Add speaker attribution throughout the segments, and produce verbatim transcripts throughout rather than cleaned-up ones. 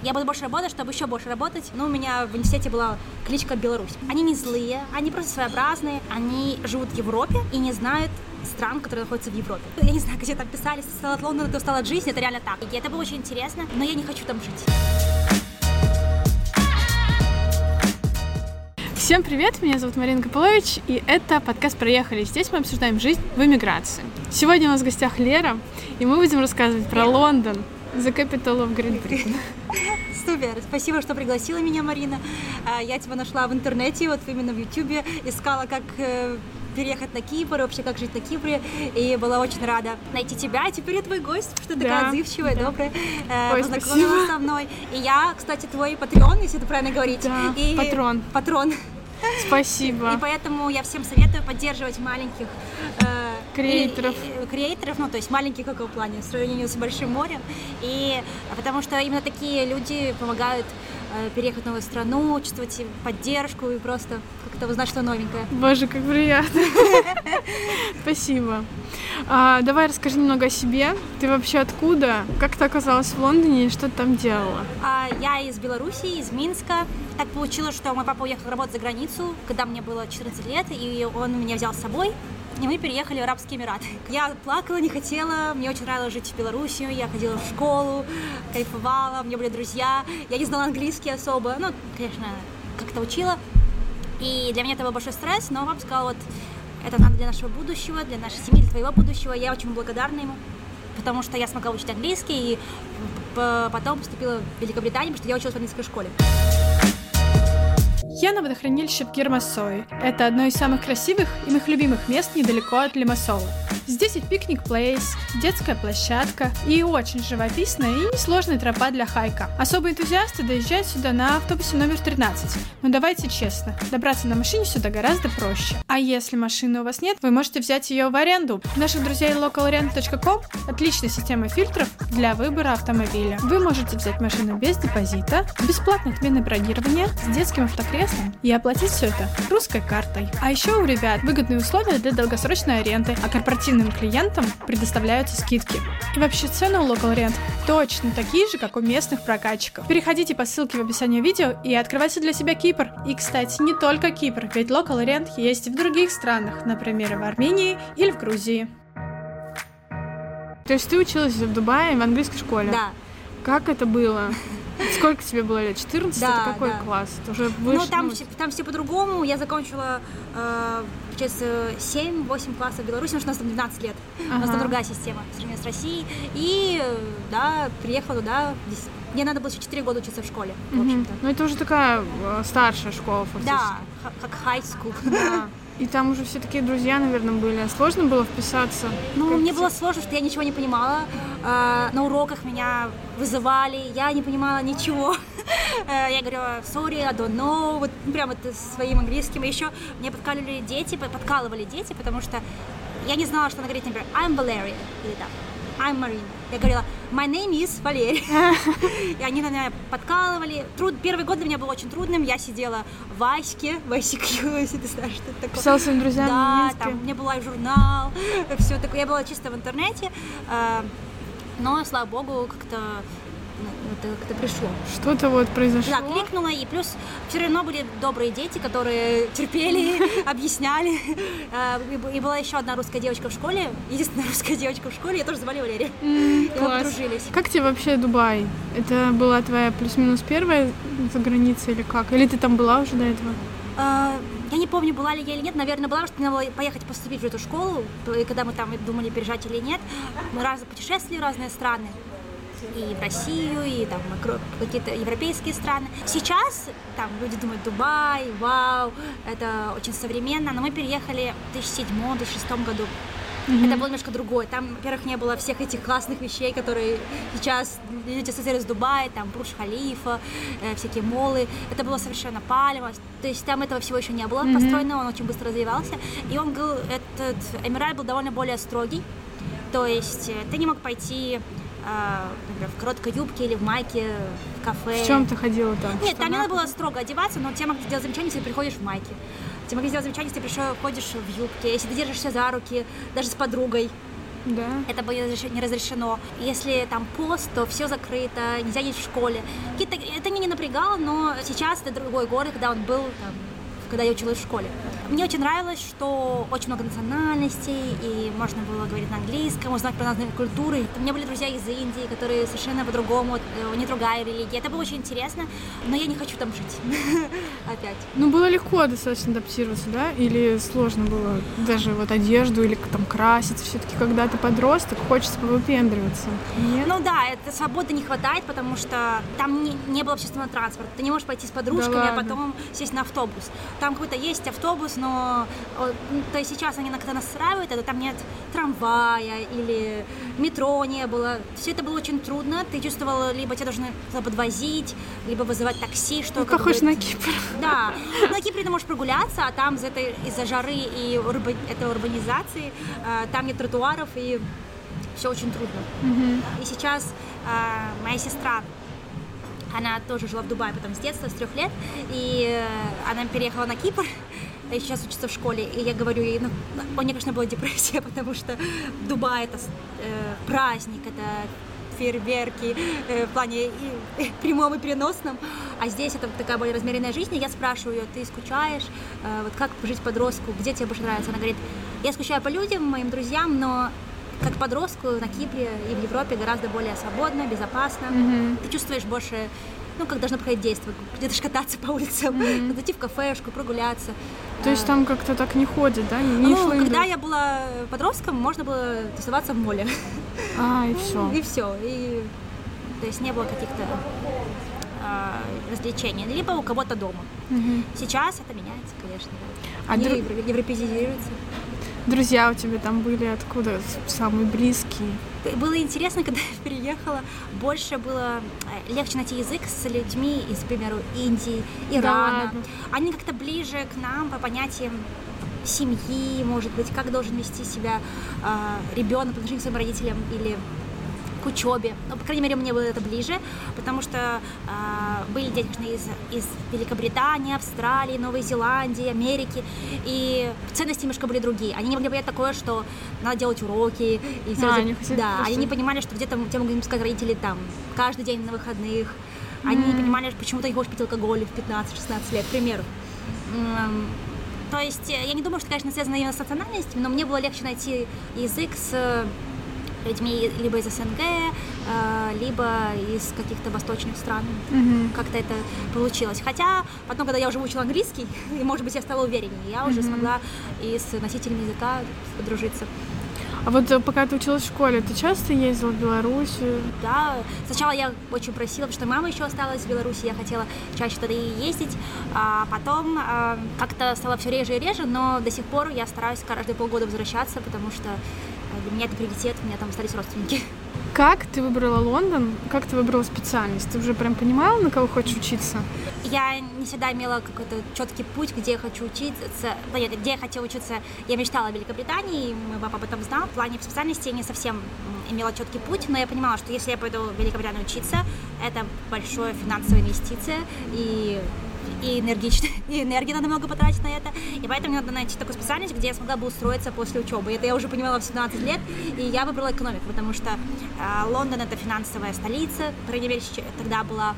Speaker 1: Я буду больше работать, чтобы еще больше работать. Но у меня в университете была кличка Беларусь. Они не злые, они просто своеобразные. Они живут в Европе и не знают стран, которые находятся в Европе. Я не знаю, где там писали, ты устала от Лондона, ты устала от жизни, это реально так. И это было очень интересно, но я не хочу там жить.
Speaker 2: Всем привет, меня зовут Марина Копылович, и это подкаст «Проехали». Здесь мы обсуждаем жизнь в эмиграции. Сегодня у нас в гостях Лера, и мы будем рассказывать про Лондон, the capital of Great Britain.
Speaker 1: Супер, спасибо, что пригласила меня, Марина. Я тебя нашла в интернете, вот именно в Ютубе, искала, как переехать на Кипр, вообще как жить на Кипре, и была очень рада найти тебя. Теперь я твой гость, что ты да, такая отзывчивая, да. добрая,
Speaker 2: Ой,
Speaker 1: познакомилась со мной. И я, кстати, твой патреон, если это правильно говорить.
Speaker 2: Да,
Speaker 1: и...
Speaker 2: патрон.
Speaker 1: Патрон.
Speaker 2: Спасибо.
Speaker 1: И поэтому я всем советую поддерживать маленьких э,
Speaker 2: креаторов.
Speaker 1: И, и, креаторов, ну то есть маленьких в каком плане, в сравнении с большим морем. И потому что именно такие люди помогают э, переехать в новую страну, чувствовать поддержку и просто как-то узнать, что новенькое.
Speaker 2: Боже, как приятно. Спасибо. А, давай расскажи немного о себе. Ты вообще откуда? Как ты оказалась в Лондоне и что ты там делала?
Speaker 1: А, я из Беларуси, из Минска. Так получилось, что мой папа уехал работать за границу, когда мне было четырнадцать лет, и он меня взял с собой, и мы переехали в Арабские Эмираты. Я плакала, не хотела, мне очень нравилось жить в Беларуси, я ходила в школу, кайфовала, у меня были друзья, я не знала английский особо, ну, конечно, как-то учила, и для меня это был большой стресс, но папа сказал, вот, это надо для нашего будущего, для нашей семьи, для твоего будущего, я очень благодарна ему, потому что я смогла учить английский, и потом поступила в Великобританию, потому что я училась в английской школе.
Speaker 2: Я на водохранилище в Гирмасое. Это одно из самых красивых и моих любимых мест недалеко от Лимассола. Здесь и пикник-плейс, детская площадка и очень живописная и несложная тропа для хайка. Особые энтузиасты доезжают сюда на автобусе номер тринадцать. Но давайте честно, добраться на машине сюда гораздо проще. А если машины у вас нет, вы можете взять ее в аренду. У наших друзей локал рент точка ком отличная система фильтров для выбора автомобиля. Вы можете взять машину без депозита, с бесплатной отменой бронирования, с детским автокреслом и оплатить все это русской картой. А еще у ребят выгодные условия для долгосрочной аренды, а корпоративным клиентам предоставляются скидки. И вообще цены у Local Rent точно такие же, как у местных прокатчиков. Переходите по ссылке в описании видео и открывайте для себя Кипр. И, кстати, не только Кипр, ведь Local Rent есть и в других странах, например, в Армении или в Грузии. То есть ты училась в Дубае в английской школе?
Speaker 1: Да.
Speaker 2: Как это было? Сколько тебе было лет? четырнадцать?
Speaker 1: Да,
Speaker 2: это какой
Speaker 1: да.
Speaker 2: класс? Это уже выше,
Speaker 1: ну, там,
Speaker 2: ну...
Speaker 1: там все по-другому. Я закончила э, сейчас семь-восемь классов в Беларуси, потому что у нас там двенадцать лет. Ага. У нас там другая система по сравнению с Россией. И, да, приехала туда. Мне надо было еще четыре года учиться в школе, в общем-то.
Speaker 2: Ну, это уже такая э, старшая школа, фактически.
Speaker 1: Да, как high school.
Speaker 2: Да. И там уже все такие друзья, наверное, были. Сложно было вписаться?
Speaker 1: Ну,
Speaker 2: как
Speaker 1: мне
Speaker 2: ты...
Speaker 1: было сложно, что я ничего не понимала. Э, на уроках меня вызывали, я не понимала ничего. э, я говорю, sorry, I don't know, вот прям это своим английским. И еще мне подкалывали дети, подкалывали дети, потому что я не знала, что она говорит, например, I'm Valeria, или так, I'm Marina. Я говорила, my name is Valeria. И они на меня подкалывали. Труд... Первый год для меня был очень трудным. Я сидела в Аське, в ай си кью, если ты знаешь, что это такое.
Speaker 2: Писала своим друзьям на
Speaker 1: минске. Да, там у меня был лайв-журнал, все такое. Я была чисто в интернете, но, слава богу, как-то это как-то пришло.
Speaker 2: Что-то вот произошло.
Speaker 1: Да, кликнула, и плюс все равно были добрые дети, которые терпели, объясняли. И была еще одна русская девочка в школе, единственная русская девочка в школе, я тоже звали Валерия. И мы подружились.
Speaker 2: Как тебе вообще Дубай? Это была твоя плюс-минус первая за границей или как? Или ты там была уже до этого?
Speaker 1: Я не помню, была ли я или нет, наверное, была, потому что надо было поехать поступить в эту школу, и когда мы там думали, переезжать или нет, мы раз путешествовали в разные страны. И в Россию, и там какие-то европейские страны. Сейчас там люди думают, Дубай, вау, это очень современно, но мы переехали в две тысячи седьмом - две тысячи шестом году. Mm-hmm. Это было немножко другое. Там, во-первых, не было всех этих классных вещей, которые сейчас люди ассоциируют с Дубаем, там Бурдж-Халифа, э, всякие молы. Это было совершенно палево. То есть там этого всего еще не было mm-hmm. построено, он очень быстро развивался. И он был, этот Эмират был довольно более строгий. То есть ты не мог пойти, например, в короткой юбке или в майке в кафе.
Speaker 2: В чем ты ходила там?
Speaker 1: Нет, там не надо было строго одеваться, но тебе могли сделать замечание, если ты приходишь в майке. Тебе могли сделать замечание, если ты приходишь в юбке, если ты держишься за руки, даже с подругой.
Speaker 2: Да.
Speaker 1: Это было не разрешено. Если там пост, то все закрыто, нельзя есть в школе. Это меня не напрягало, но сейчас это другой город, когда он был там, когда я училась в школе. Мне очень нравилось, что очень много национальностей, и можно было говорить на английском, узнать про разные культуры. У меня были друзья из Индии, которые совершенно по-другому, у них другая религия. Это было очень интересно, но я не хочу там жить опять.
Speaker 2: Ну, было легко достаточно адаптироваться, да? Или сложно было даже вот одежду или там краситься? Все-таки, когда ты подросток, хочется повыпендриваться. Нет?
Speaker 1: Ну да, это свободы не хватает, потому что там не, не было общественного транспорта. Ты не можешь пойти с подружками, да, а потом сесть на автобус. Там какой-то есть автобус, но то есть сейчас они как-то настраивают, это там нет трамвая или метро не было. Все это было очень трудно. Ты чувствовала, либо тебя должны подвозить, либо вызывать такси, что...
Speaker 2: Ну, как хочешь на Кипр.
Speaker 1: Да. На Кипре ты можешь прогуляться, а там из-за этой, из-за жары и урба... этой урбанизации там нет тротуаров, и все очень трудно.
Speaker 2: Угу.
Speaker 1: И сейчас э, моя сестра, она тоже жила в Дубае потом с детства, с трех лет, и она переехала на Кипр, и сейчас учится в школе, и я говорю ей, ну, у нее, конечно, была депрессия, потому что Дубай — это э, праздник, это фейерверки э, в плане и, и прямом и переносном, а здесь это такая более размеренная жизнь, и я спрашиваю ее, ты скучаешь, э, вот как жить подростку, где тебе больше нравится? Она говорит, я скучаю по людям, моим друзьям, но как подростку на Кипре и в Европе гораздо более свободно, безопасно. Mm-hmm. Ты чувствуешь больше, ну, как должно проходить действие, где-то кататься по улицам, mm-hmm. зайти в кафешку, прогуляться.
Speaker 2: То есть там как-то так не ходит, да? Не
Speaker 1: ну, когда я была подростком, можно было тусоваться в моле.
Speaker 2: А, и все.
Speaker 1: И все. И, то есть не было каких-то э, развлечений. Либо у кого-то дома. Mm-hmm. Сейчас это меняется, конечно. Да. Они а дру... европеизируются.
Speaker 2: Друзья у тебя там были откуда? Самые близкие?
Speaker 1: Было интересно, когда я переехала, больше было легче найти язык с людьми из, к примеру, Индии, Ирана. Да. Они как-то ближе к нам по понятиям семьи, может быть, как должен вести себя э, ребенок по отношению к своим родителям или к учебе. Ну, по крайней мере, мне было это ближе, потому что э, были дети, конечно, из, из Великобритании, Австралии, Новой Зеландии, Америки, и ценности немножко были другие. Они не могли понять такое, что надо делать уроки. И все
Speaker 2: а,
Speaker 1: это... Да, они не понимали, что где-то тебе могут сказать родители там каждый день на выходных. Они mm. не понимали, почему ты не хочешь пить алкоголь в пятнадцать-шестнадцать лет, к примеру. То есть я не думаю, что, конечно, связано именно с национальностью, но мне было легче найти язык с людьми либо из СНГ, либо из каких-то восточных стран. Mm-hmm. Как-то это получилось. Хотя потом, когда я уже выучила английский, и, может быть, я стала увереннее, я mm-hmm. уже смогла и с носителями языка подружиться.
Speaker 2: А вот пока ты училась в школе, ты часто ездила в Белоруссию?
Speaker 1: Да, сначала я очень просила, потому что мама еще осталась в Беларуси, я хотела чаще туда и ездить, а потом а, как-то стало все реже и реже, но до сих пор я стараюсь каждые полгода возвращаться, потому что для меня это приоритет, у меня там остались родственники.
Speaker 2: Как ты выбрала Лондон? Как ты выбрала специальность? Ты уже прям понимала, на кого хочешь учиться?
Speaker 1: Я не всегда имела какой-то четкий путь, где я хочу учиться, где я хотела учиться. Я мечтала о Великобритании, мой папа об этом знал. В плане специальности я не совсем имела четкий путь, но я понимала, что если я пойду в Великобританию учиться, это большая финансовая инвестиция, и и энергично, и энергии надо много потратить на это, и поэтому мне надо найти такую специальность, где я смогла бы устроиться после учебы. Это я уже понимала в семнадцать лет, и я выбрала экономику, потому что э, Лондон — это финансовая столица, по крайней мере, тогда была,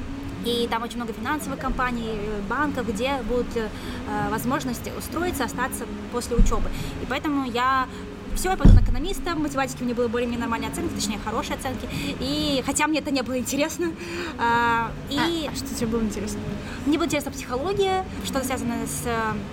Speaker 1: и там очень много финансовых компаний, банков, где будет э, возможность устроиться, остаться после учебы. И поэтому я все, я пойду на экономиста, в математике у меня было более-менее нормальные оценки, точнее, хорошие оценки, и хотя мне это не было интересно.
Speaker 2: А, и а что тебе было интересно?
Speaker 1: Мне была интересна психология, что-то связанное с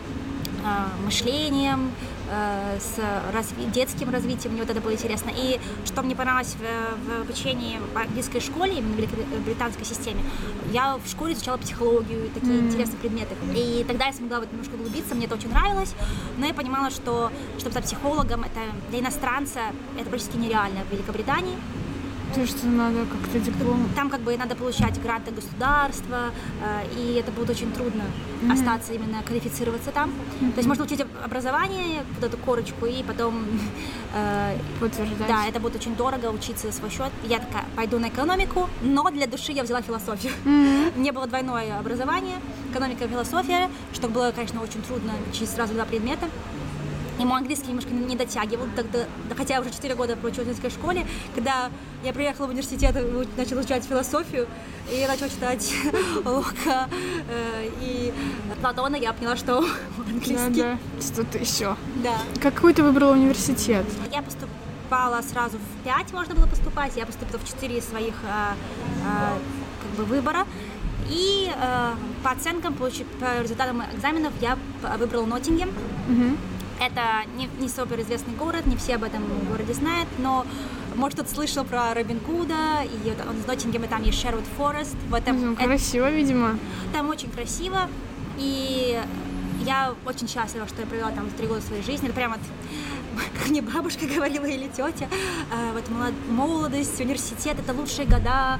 Speaker 1: а, мышлением, а, с разви- детским развитием, мне вот это было интересно. И что мне понравилось в, в обучении в английской школе, именно в британской системе, я в школе изучала психологию, такие mm. интересные предметы. И тогда я смогла вот немножко углубиться, мне это очень нравилось, но я понимала, что чтобы стать психологом, это для иностранца это практически нереально в Великобритании.
Speaker 2: То, что надо как-то диплом.
Speaker 1: Там как бы надо получать гранты государства, э, и это будет очень трудно mm-hmm. остаться, именно квалифицироваться там. Mm-hmm. То есть можно учить образование, вот эту корочку, и потом... Э,
Speaker 2: Подтверждать.
Speaker 1: Да, это будет очень дорого учиться за свой счет. Я такая, пойду на экономику, но для души я взяла философию. Mm-hmm. Мне было двойное образование, экономика и философия, что было, конечно, очень трудно учить сразу два предмета. и мой английский немножко не дотягивал, тогда, хотя я уже четыре года проучилась в английской школе. Когда я приехала в университет и начала изучать философию, и я начала читать Лока э, и Платона, я поняла, что английский...
Speaker 2: Да, да, что-то еще.
Speaker 1: Да.
Speaker 2: Какой ты выбрала университет?
Speaker 1: Я поступала сразу в пять, можно было поступать, я поступила в четыре своих э, э, как бы выбора. И э, по оценкам, по, по результатам экзаменов я выбрала Ноттингем.
Speaker 2: Угу.
Speaker 1: Это не, не суперизвестный город, не все об этом городе знают, но, может, кто-то слышал про Робин Гуда, и вот он из Ноттингема, там есть Шервуд Форест. В этом,
Speaker 2: ну, красиво, это, видимо.
Speaker 1: Там очень красиво, и я очень счастлива, что я провела там три года своей жизни. Это прямо, как мне бабушка говорила или тетя, вот молодость, университет — это лучшие года.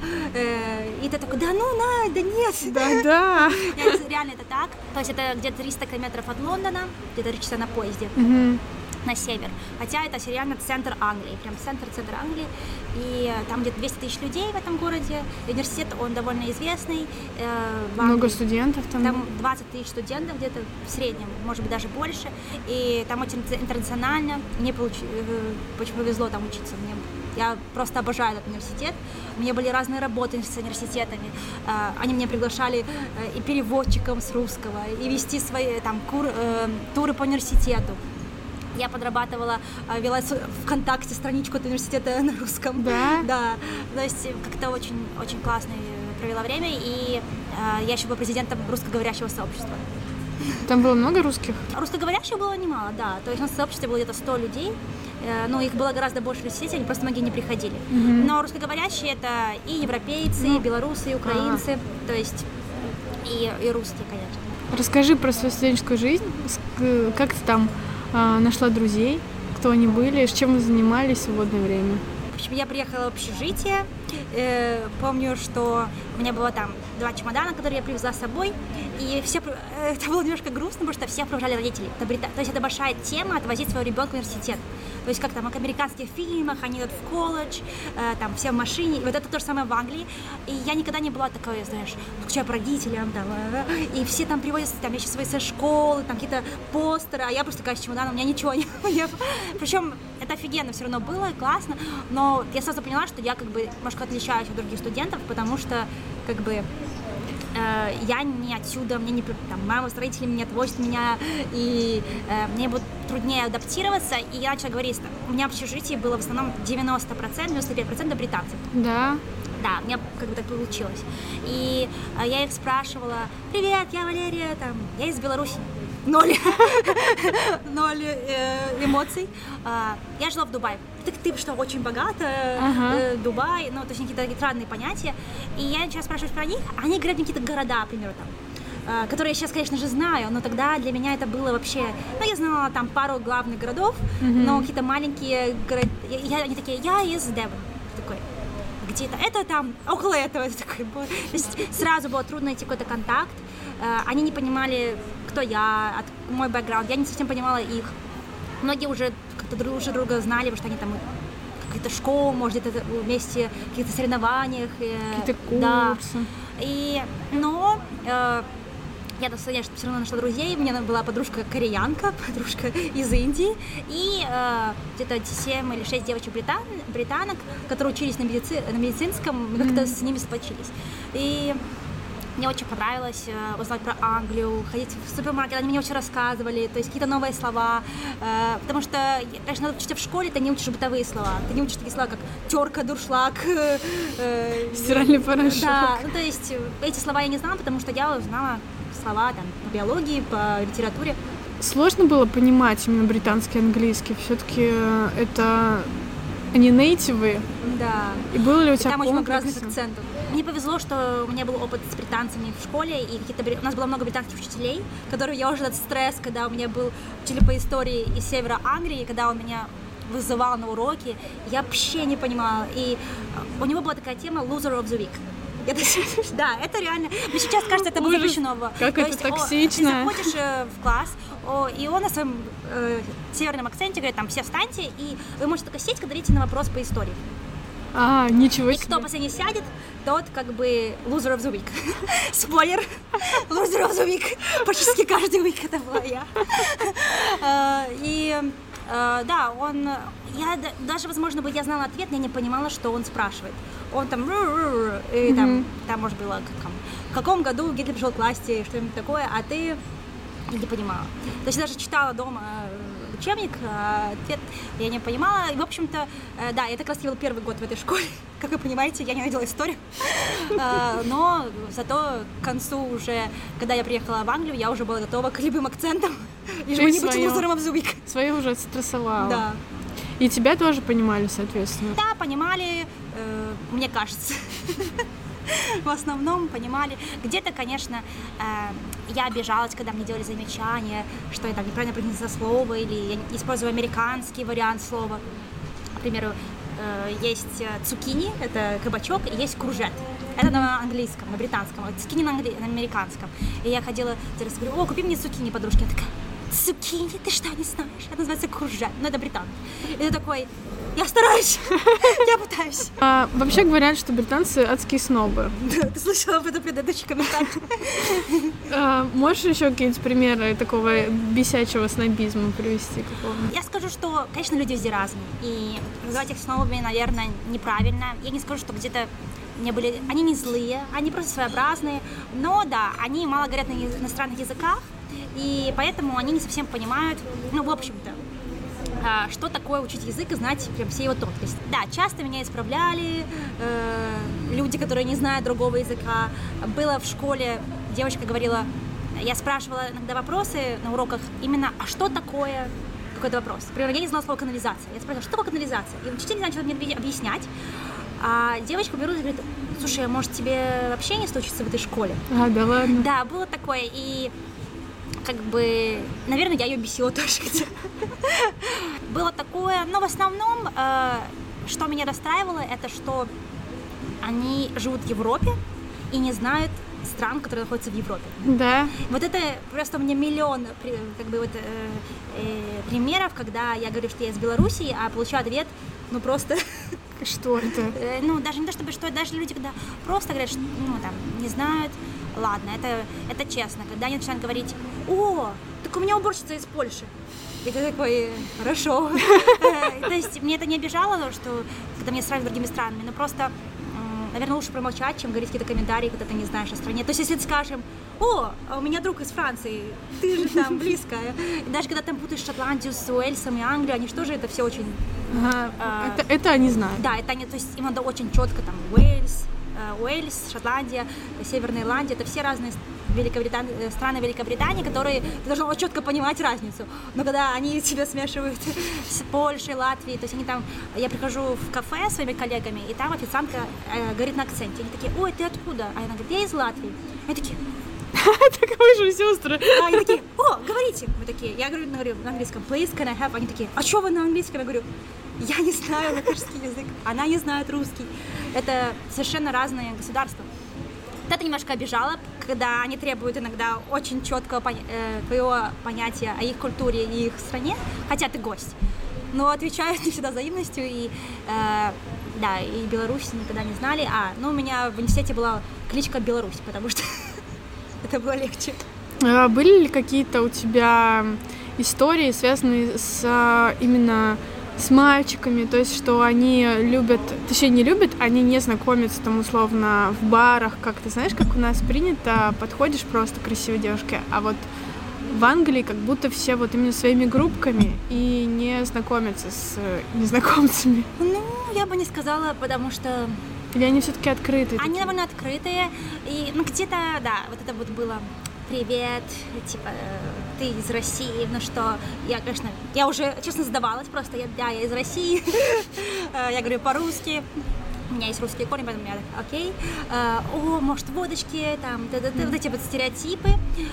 Speaker 1: И ты такой, да ну, на, да нет.
Speaker 2: Да, да.
Speaker 1: Реально это так. То есть это где-то триста километров от Лондона, где-то три часа на поезде.
Speaker 2: Угу.
Speaker 1: На север. Хотя это реально центр Англии, прям центр-центр Англии. И там где-то двести тысяч людей в этом городе. Университет, он довольно известный. Э,
Speaker 2: Много студентов там?
Speaker 1: Там двадцать тысяч студентов где-то в среднем, может быть, даже больше. И там очень интернационально. Мне получ... очень повезло там учиться. Мне... Я просто обожаю этот университет. У меня были разные работы с университетами. Э, они меня приглашали э, и переводчиком с русского, и вести свои там кур... э, туры по университету. Я подрабатывала, вела ВКонтакте страничку от университета на русском.
Speaker 2: Да?
Speaker 1: Да. То есть как-то очень, очень классно провела время, и э, я еще была президентом русскоговорящего сообщества.
Speaker 2: Там было много русских?
Speaker 1: Русскоговорящих было немало, да. То есть у нас в сообществе было где-то сто людей, э, но их было гораздо больше в университете, они просто многие не приходили.
Speaker 2: Угу.
Speaker 1: Но русскоговорящие — это и европейцы, ну, и белорусы, и украинцы, а. то есть и, и русские, конечно.
Speaker 2: Расскажи про свою студенческую жизнь, как ты там нашла друзей, кто они были, с чем вы занимались в свободное время?
Speaker 1: В общем, я приехала в общежитие. Э, помню, что у меня было там два чемодана, которые я привезла с собой. И все, это было немножко грустно, потому что все провожали родителей. Это, то есть это большая тема — отвозить своего ребенка в университет. То есть как там в американских фильмах, они идут в колледж, э, там все в машине. И вот это то же самое в Англии. И я никогда не была такой, знаешь, скучаю по родителям. Там, э, э, и все там привозят там вещи свои со школы, там какие-то постеры. А я просто такая с чемоданом, у меня ничего не... Причем это офигенно все равно было, классно. Но я сразу поняла, что я как бы немножко отличаюсь от других студентов, потому что как бы я не отсюда, мне не, там, мама с родителями не отвозят меня, и э, мне будет труднее адаптироваться, и я начала говорить, у меня в общежитии было в основном девяносто процентов, девяносто пять процентов британцев.
Speaker 2: Да?
Speaker 1: Да, у меня как бы так получилось. И э, я их спрашивала: привет, я Валерия, там, я из Беларуси. Ноль, ноль э, эмоций. Э, я жила в Дубае. Так ты что, очень богатая, ага. э, Дубай, ну, то есть какие-то странные понятия. И я начала спрашивать про них, они говорят мне какие-то города, к примеру, там, э, которые я сейчас, конечно же, знаю, но тогда для меня это было вообще... Ну, я знала там пару главных городов, mm-hmm. но какие-то маленькие города... Я, они такие, я из Девона. Такой, где-то, это там, около этого. Такой, то есть сразу было трудно найти какой-то контакт. Э, они не понимали, кто я, от, мой бэкграунд, я не совсем понимала их. Многие уже как-то друг, уже друга знали, потому что они там какие-то школы, может, где-то вместе в каких-то соревнованиях.
Speaker 2: Какие-то курсы.
Speaker 1: Да. И, но э, я, конечно, все равно нашла друзей. У меня была подружка-кореянка, подружка из Индии. И э, где-то семь или шесть девочек британ, британок, которые учились на, медици, на медицинском, мы как-то mm-hmm. с ними сплочились. И мне очень понравилось э, узнать про Англию, ходить в супермаркет, они мне очень рассказывали, то есть какие-то новые слова, э, потому что, конечно, надо учить в школе, ты не учишь бытовые слова, ты не учишь такие слова, как терка, дуршлаг, э, э,
Speaker 2: стиральный порошок.
Speaker 1: Да, ну то есть эти слова я не знала, потому что я знала слова там по биологии, по литературе.
Speaker 2: Сложно было понимать именно британский английский, все-таки это они нейтивы.
Speaker 1: Да.
Speaker 2: И было ли у тебя
Speaker 1: там очень много
Speaker 2: комплексы?
Speaker 1: разных акцентов. Мне повезло, что у меня был опыт с британцами в школе, и какие-то у нас было много британских учителей, которые я уже этот стресс, когда у меня был учитель по истории из севера Англии, когда он меня вызывал на уроки, я вообще не понимала. И у него была такая тема loser of the week. Это, да, это реально. Мне сейчас кажется, это было запрещено.
Speaker 2: Как
Speaker 1: То
Speaker 2: это
Speaker 1: есть,
Speaker 2: токсично.
Speaker 1: О, ты заходишь э, в класс, о, и он на своем э, северном акценте говорит, там, все встаньте, и вы можете только сесть, когда ответите на вопрос по истории.
Speaker 2: А, ничего
Speaker 1: И
Speaker 2: себе.
Speaker 1: кто последний сядет, тот как бы loser of the week. Спойлер, loser of the week. Практически каждый week это была я. И да, он, я даже, возможно, бы я знала ответ, но я не понимала, что он спрашивает. Он там, и там, там может было, как, в каком году Гитлер пришел к власти, что-нибудь такое, а ты не понимала. То есть я даже читала дома учебник, ответ я не понимала. И, в общем-то, да, это как раз был первый год в этой школе. Как вы понимаете, я ненавидела историю. Но зато к концу уже, когда я приехала в Англию, я уже была готова к любым акцентам. Лишь бы не быть лузером of the week.
Speaker 2: Своё уже стрессовала.
Speaker 1: Да.
Speaker 2: И тебя тоже понимали, соответственно?
Speaker 1: Да, понимали, э, мне кажется. В основном понимали. Где-то, конечно, э, я обижалась, когда мне делали замечания, что я там неправильно произнесла слово, или я использую американский вариант слова. К примеру, э, есть цукини, это кабачок, и есть куржет. Это на английском, на британском, а цукини на, англи... на американском. И я ходила, говорю, о, купи мне цукини, подружки. Она такая, цукини, ты что, не знаешь? Это называется куржет, но это британский. И ты такой, я стараюсь, я пытаюсь.
Speaker 2: А, вообще говорят, что британцы адские снобы.
Speaker 1: Да, ты слышала об этом предыдущий комментарий?
Speaker 2: А, можешь еще какие-то примеры такого бесячего снобизма привести? Какого?
Speaker 1: Я скажу, что, конечно, люди везде разные. И называть их снобами, наверное, неправильно. Я не скажу, что где-то не были... Они не злые, они просто своеобразные. Но, да, они мало говорят на иностранных языках. И поэтому они не совсем понимают, ну, в общем-то, что такое учить язык и знать прям все его тонкости. Да, часто меня исправляли э, люди, которые не знают другого языка. Было в школе, девочка говорила, я спрашивала иногда вопросы на уроках именно, а что такое какой-то вопрос. Например, я не знала слова канализация. Я спрашивала, что такое канализация? И учитель начал мне объяснять. А девочка берет и говорит, слушай, а может тебе вообще не стоит учиться в этой школе?
Speaker 2: А, да ладно?
Speaker 1: Да, было такое. И как бы, наверное, я ее бесила тоже где-то. Было такое, но в основном, э, что меня расстраивало, это что они живут в Европе и не знают стран, которые находятся в Европе.
Speaker 2: Да.
Speaker 1: Вот это просто у меня миллион как бы, вот, э, э, примеров, когда я говорю, что я из Белоруссии, а получаю ответ, ну просто...
Speaker 2: Что это?
Speaker 1: Э, ну, даже не то, чтобы что, даже люди, когда просто говорят, что, ну, там, не знают, ладно, это, это честно, когда они начинают говорить, о, так у меня уборщица из Польши. И ты такой, хорошо. То есть мне это не обижало, что когда меня сравнивают с другими странами, но просто, наверное, лучше промолчать, чем говорить какие-то комментарии, когда ты не знаешь о стране. То есть если ты скажем, о, у меня друг из Франции, ты же там близко. И даже когда там путаешь Шотландию с Уэльсом и Англию, они же тоже это все очень...
Speaker 2: Ага, а, это, это они знают.
Speaker 1: Да, это они, то есть им надо очень четко там Уэльс, Уэльс, Шотландия, Северная Ирландия, это все разные Великобритан... страны Великобритании, которые ты должна вот четко понимать разницу. Но когда они себя смешивают с Польшей, Латвией, то есть они там, я прихожу в кафе с своими коллегами, и там официантка э, говорит на акценте, они такие, ой, ты откуда? А она говорит, я из Латвии. Они такие,
Speaker 2: так вы же сестры.
Speaker 1: А они такие, о, говорите. Мы такие, я говорю, говорю на английском, please, can I have? Они такие, а что вы на английском? Я говорю, я не знаю латышский язык, она не знает русский. Это совершенно разные государства. Это немножко обижало, когда они требуют иногда очень четкого поня- э, твоего понятия о их культуре и их стране, хотя ты гость. Но отвечают не всегда взаимностью, и, э, да, и Беларусь никогда не знали. А, ну у меня в университете была кличка Беларусь, потому что это было легче.
Speaker 2: А были ли какие-то у тебя истории, связанные с именно с мальчиками, то есть что они любят, точнее не любят, они не знакомятся там условно в барах, как ты знаешь, как у нас принято, подходишь просто к красивой девушке, а вот в Англии как будто все вот именно своими группками и не знакомятся с незнакомцами.
Speaker 1: Ну, я бы не сказала, потому что...
Speaker 2: Или они все-таки открытые?
Speaker 1: Они
Speaker 2: такие?
Speaker 1: довольно открытые, и ну где-то, да, вот это вот было... Привет, типа, ты из России, ну что, я, конечно, я уже, честно, сдавалась просто, я, да, я из России, я говорю по-русски, у меня есть русские корни, поэтому я так, окей, о, может, водочки, там, вот эти вот стереотипы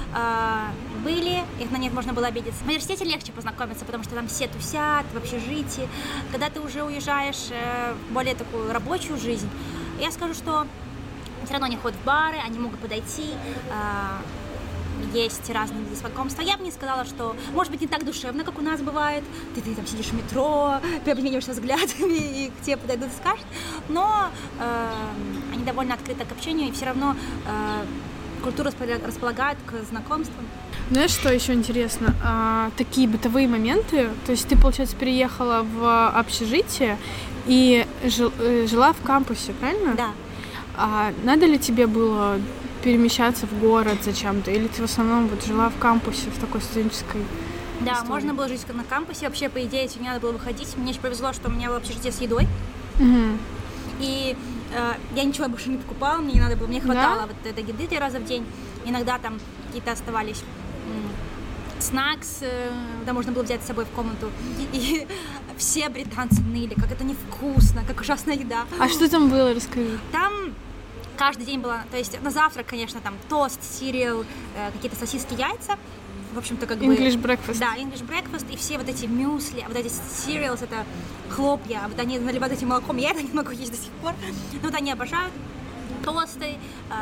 Speaker 1: были, их на них можно было обидеться. В университете легче познакомиться, потому что там все тусят в общежитии, когда ты уже уезжаешь в более такую рабочую жизнь, я скажу, что все равно они ходят в бары, они могут подойти. есть разные виды знакомства. Я бы не сказала, что, может быть, не так душевно, как у нас бывает. Ты, ты там сидишь в метро, ты обмениваешься взглядами, и к тебе подойдут и скажут. Но э, они довольно открыты к общению, и все равно э, культура располагает к знакомствам.
Speaker 2: Знаешь, что еще интересно? А, такие бытовые моменты. То есть ты, получается, переехала в общежитие и жил, жила в кампусе, правильно?
Speaker 1: Да.
Speaker 2: А надо ли тебе было перемещаться в город зачем-то? Или ты в основном вот жила в кампусе, в такой студенческой
Speaker 1: Да,
Speaker 2: истории? Можно
Speaker 1: было жить на кампусе. Вообще, по идее, не надо было выходить. Мне еще повезло, что у меня было общежитие с едой.
Speaker 2: Угу.
Speaker 1: И э, я ничего больше не покупала, мне не надо было, мне хватало
Speaker 2: Да?
Speaker 1: вот этой еды три раза в день. Иногда там какие-то оставались снакс, э, да, можно было взять с собой в комнату. И все британцы ныли, как это невкусно, как ужасная еда.
Speaker 2: А что там было, расскажи.
Speaker 1: Там каждый день было, то есть на завтрак, конечно, там тост, сириал, э, какие-то сосиски, яйца. В общем-то, как
Speaker 2: English
Speaker 1: бы...
Speaker 2: breakfast.
Speaker 1: Да, English breakfast, и все вот эти мюсли, вот эти cereals, это хлопья, вот они наливают этим молоком, я это не могу есть до сих пор. Но вот они обожают тосты, э,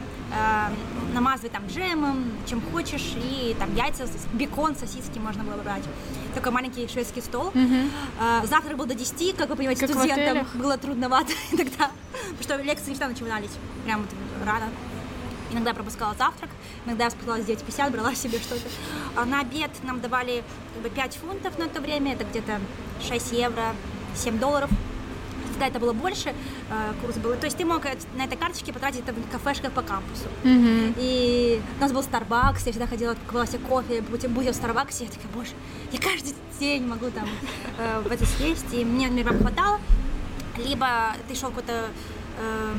Speaker 1: э, намазывать там джемом, чем хочешь, и там яйца, бекон, сосиски можно было брать. Такой маленький шведский стол.
Speaker 2: Угу.
Speaker 1: Э, завтрак был до десяти, как вы понимаете,
Speaker 2: Как
Speaker 1: студентам было трудновато иногда, потому что лекции не всегда начинались прям вот рано. Иногда пропускала завтрак, иногда спускалась в девять пятьдесят, брала себе что-то. А на обед нам давали как бы, пять фунтов на то время, это где-то шесть евро, семь долларов. Тогда это было больше, э, курс был. То есть ты мог на этой карточке потратить это в кафешках по кампусу.
Speaker 2: Угу. И
Speaker 1: у нас был Starbucks, я всегда ходила, покупала себе кофе, будем в Starbucks, и я такая, боже, я каждый день могу там э, в это съесть, и мне, например, хватало. Либо ты шел в какой-то э,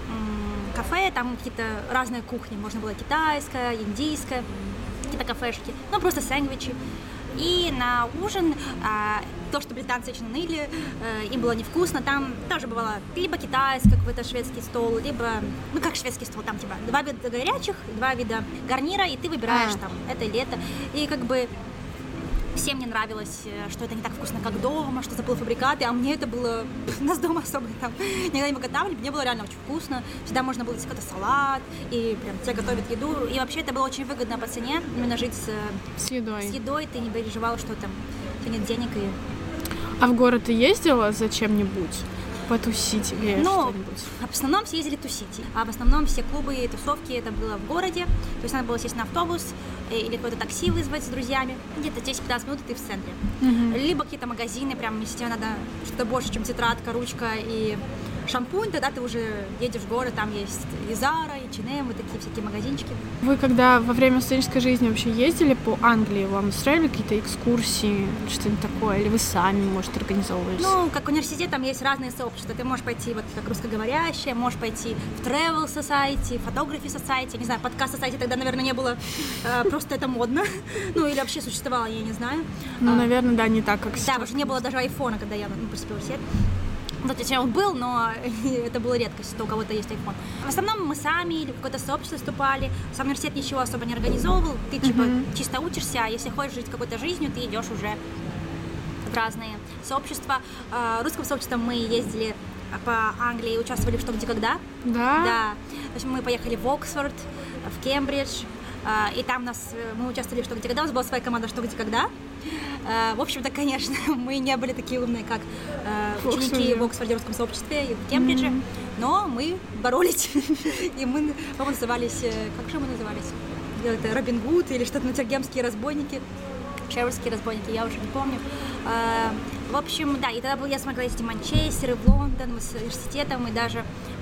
Speaker 1: кафе, там какие-то разные кухни, можно было китайская, индийская, какие-то кафешки, ну просто сэндвичи. И на ужин а, то, что британцы очень ныли, а, им было невкусно, там тоже бывало либо китайский какой-то шведский стол, либо, ну как шведский стол, там типа два вида горячих, два вида гарнира, и ты выбираешь а. там это или это, и как бы всем не нравилось, что это не так вкусно, как дома, что за полуфабрикаты, а мне это было... Нас дома особо там никогда не готовили, мне было реально очень вкусно. Всегда можно было есть какой-то салат, и прям тебе готовят еду. И вообще это было очень выгодно по цене, именно жить с,
Speaker 2: с едой.
Speaker 1: С едой, ты не переживала, что там у тебя нет денег. И...
Speaker 2: А в город ты ездила за чем-нибудь? Потусить или
Speaker 1: ну,
Speaker 2: что-нибудь?
Speaker 1: В основном все ездили тусить, а в основном все клубы и тусовки это было в городе, то есть надо было сесть на автобус или какое-то такси вызвать с друзьями, где-то десять-пятнадцать минут и ты в центре. Mm-hmm. Либо какие-то магазины, прям если тебе надо что-то больше, чем тетрадка, ручка и шампунь, тогда ты уже едешь в город, там есть и Zara, и эйч энд эм, и такие всякие магазинчики.
Speaker 2: Вы когда во время студенческой жизни вообще ездили по Англии, вам устраивали какие-то экскурсии, что-нибудь такое, или вы сами, может, организовывались?
Speaker 1: Ну, как университет, там есть разные сообщества, ты можешь пойти вот как русскоговорящая, можешь пойти в Travel Society, Photography Society, не знаю, подкаст Society тогда, наверное, не было, просто это модно, ну, или вообще существовало, я не знаю.
Speaker 2: Ну, наверное, да, не так, как сейчас.
Speaker 1: Да, потому что не было даже айфона, когда я поступила в университет. Ну, точнее, он был, но это была редкость, что у кого-то есть iPhone. В основном мы сами или в какое-то сообщество вступали. Сам университет ничего особо не организовывал. Ты типа mm-hmm. чисто учишься, а если хочешь жить какой-то жизнью, ты идешь уже в разные сообщества. Русским сообществом мы ездили по Англии, участвовали в «Что, где, когда».
Speaker 2: Да?
Speaker 1: Да. То есть мы поехали в Оксфорд, в Кембридж, и там нас, мы участвовали в «Что, где, когда». У нас была своя команда «Что, где, когда». В общем-то, конечно, мы не были такие умные, как ученики в Оксфорде, в русском сообществе и в Кембридже, mm-hmm. но мы боролись, и мы, по-моему, назывались, как же мы назывались? Это Робин Гуд или что-то, Ноттингемские разбойники, Шервудские разбойники, я уже не помню. В общем, да, и тогда я смогла ездить в Манчестер, и в Лондон, с университетом, и даже,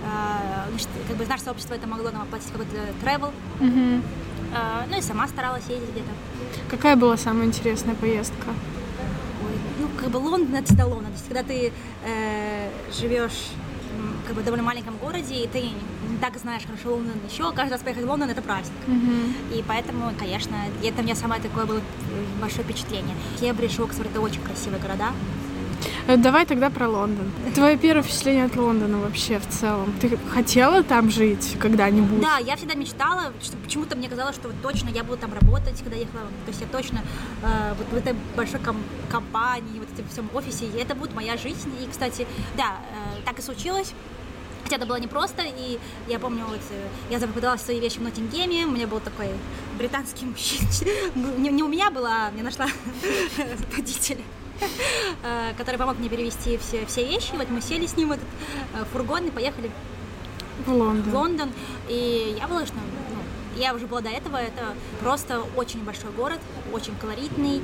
Speaker 1: как бы, наше сообщество это могло нам оплатить какой-то travel.
Speaker 2: Mm-hmm.
Speaker 1: Ну и сама старалась ездить где-то.
Speaker 2: Какая была самая интересная поездка?
Speaker 1: Ой, ну, как бы Лондон, это всегда Лондон. То есть, когда ты э, живешь как бы, в довольно маленьком городе, и ты не так знаешь хорошо Лондон еще, каждый раз поехать в Лондон — это праздник.
Speaker 2: Mm-hmm.
Speaker 1: И поэтому, конечно, это у меня самое такое было большое впечатление. Кембридж, Оксфорд — это очень красивые города.
Speaker 2: Давай тогда про Лондон. Твое первое впечатление от Лондона вообще в целом? Ты хотела там жить когда-нибудь?
Speaker 1: Да, я всегда мечтала, что почему-то мне казалось, что вот точно я буду там работать, когда ехала. То есть я точно э, вот в этой большой ком- компании, вот в этом всем офисе, и это будет моя жизнь. И, кстати, да, э, так и случилось. Хотя это было непросто, и я помню, вот я запаковала свои вещи в Ноттингеме, у меня был такой британский мужчина, не, не у меня была, а мне нашла водитель, который помог мне перевезти все, все вещи. Вот мы сели с ним в этот фургон и поехали
Speaker 2: в Лондон.
Speaker 1: В Лондон. И я была, что, ну, я уже была до этого, это просто очень большой город, очень колоритный,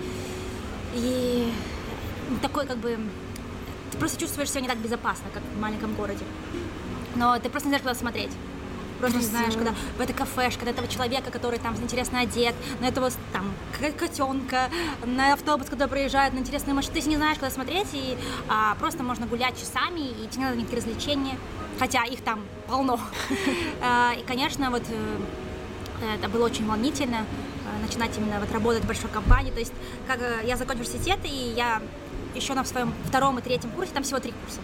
Speaker 1: и такой как бы, ты просто чувствуешь себя не так безопасно, как в маленьком городе. Но ты просто не знаешь, куда смотреть. Просто Красиво. Не знаешь, куда в этой кафешке, на этого человека, который там интересно одет, на этого там котенка, на автобус, который проезжает, на интересную машину. Ты не знаешь, куда смотреть, и а, просто можно гулять часами, и тебе не надо никаких развлечений, хотя их там полно. И, конечно, вот это было очень волнительно, начинать именно вот работать в большой компании. То есть, как я закончила университет, и я еще на своем втором и третьем курсе, там всего три курса,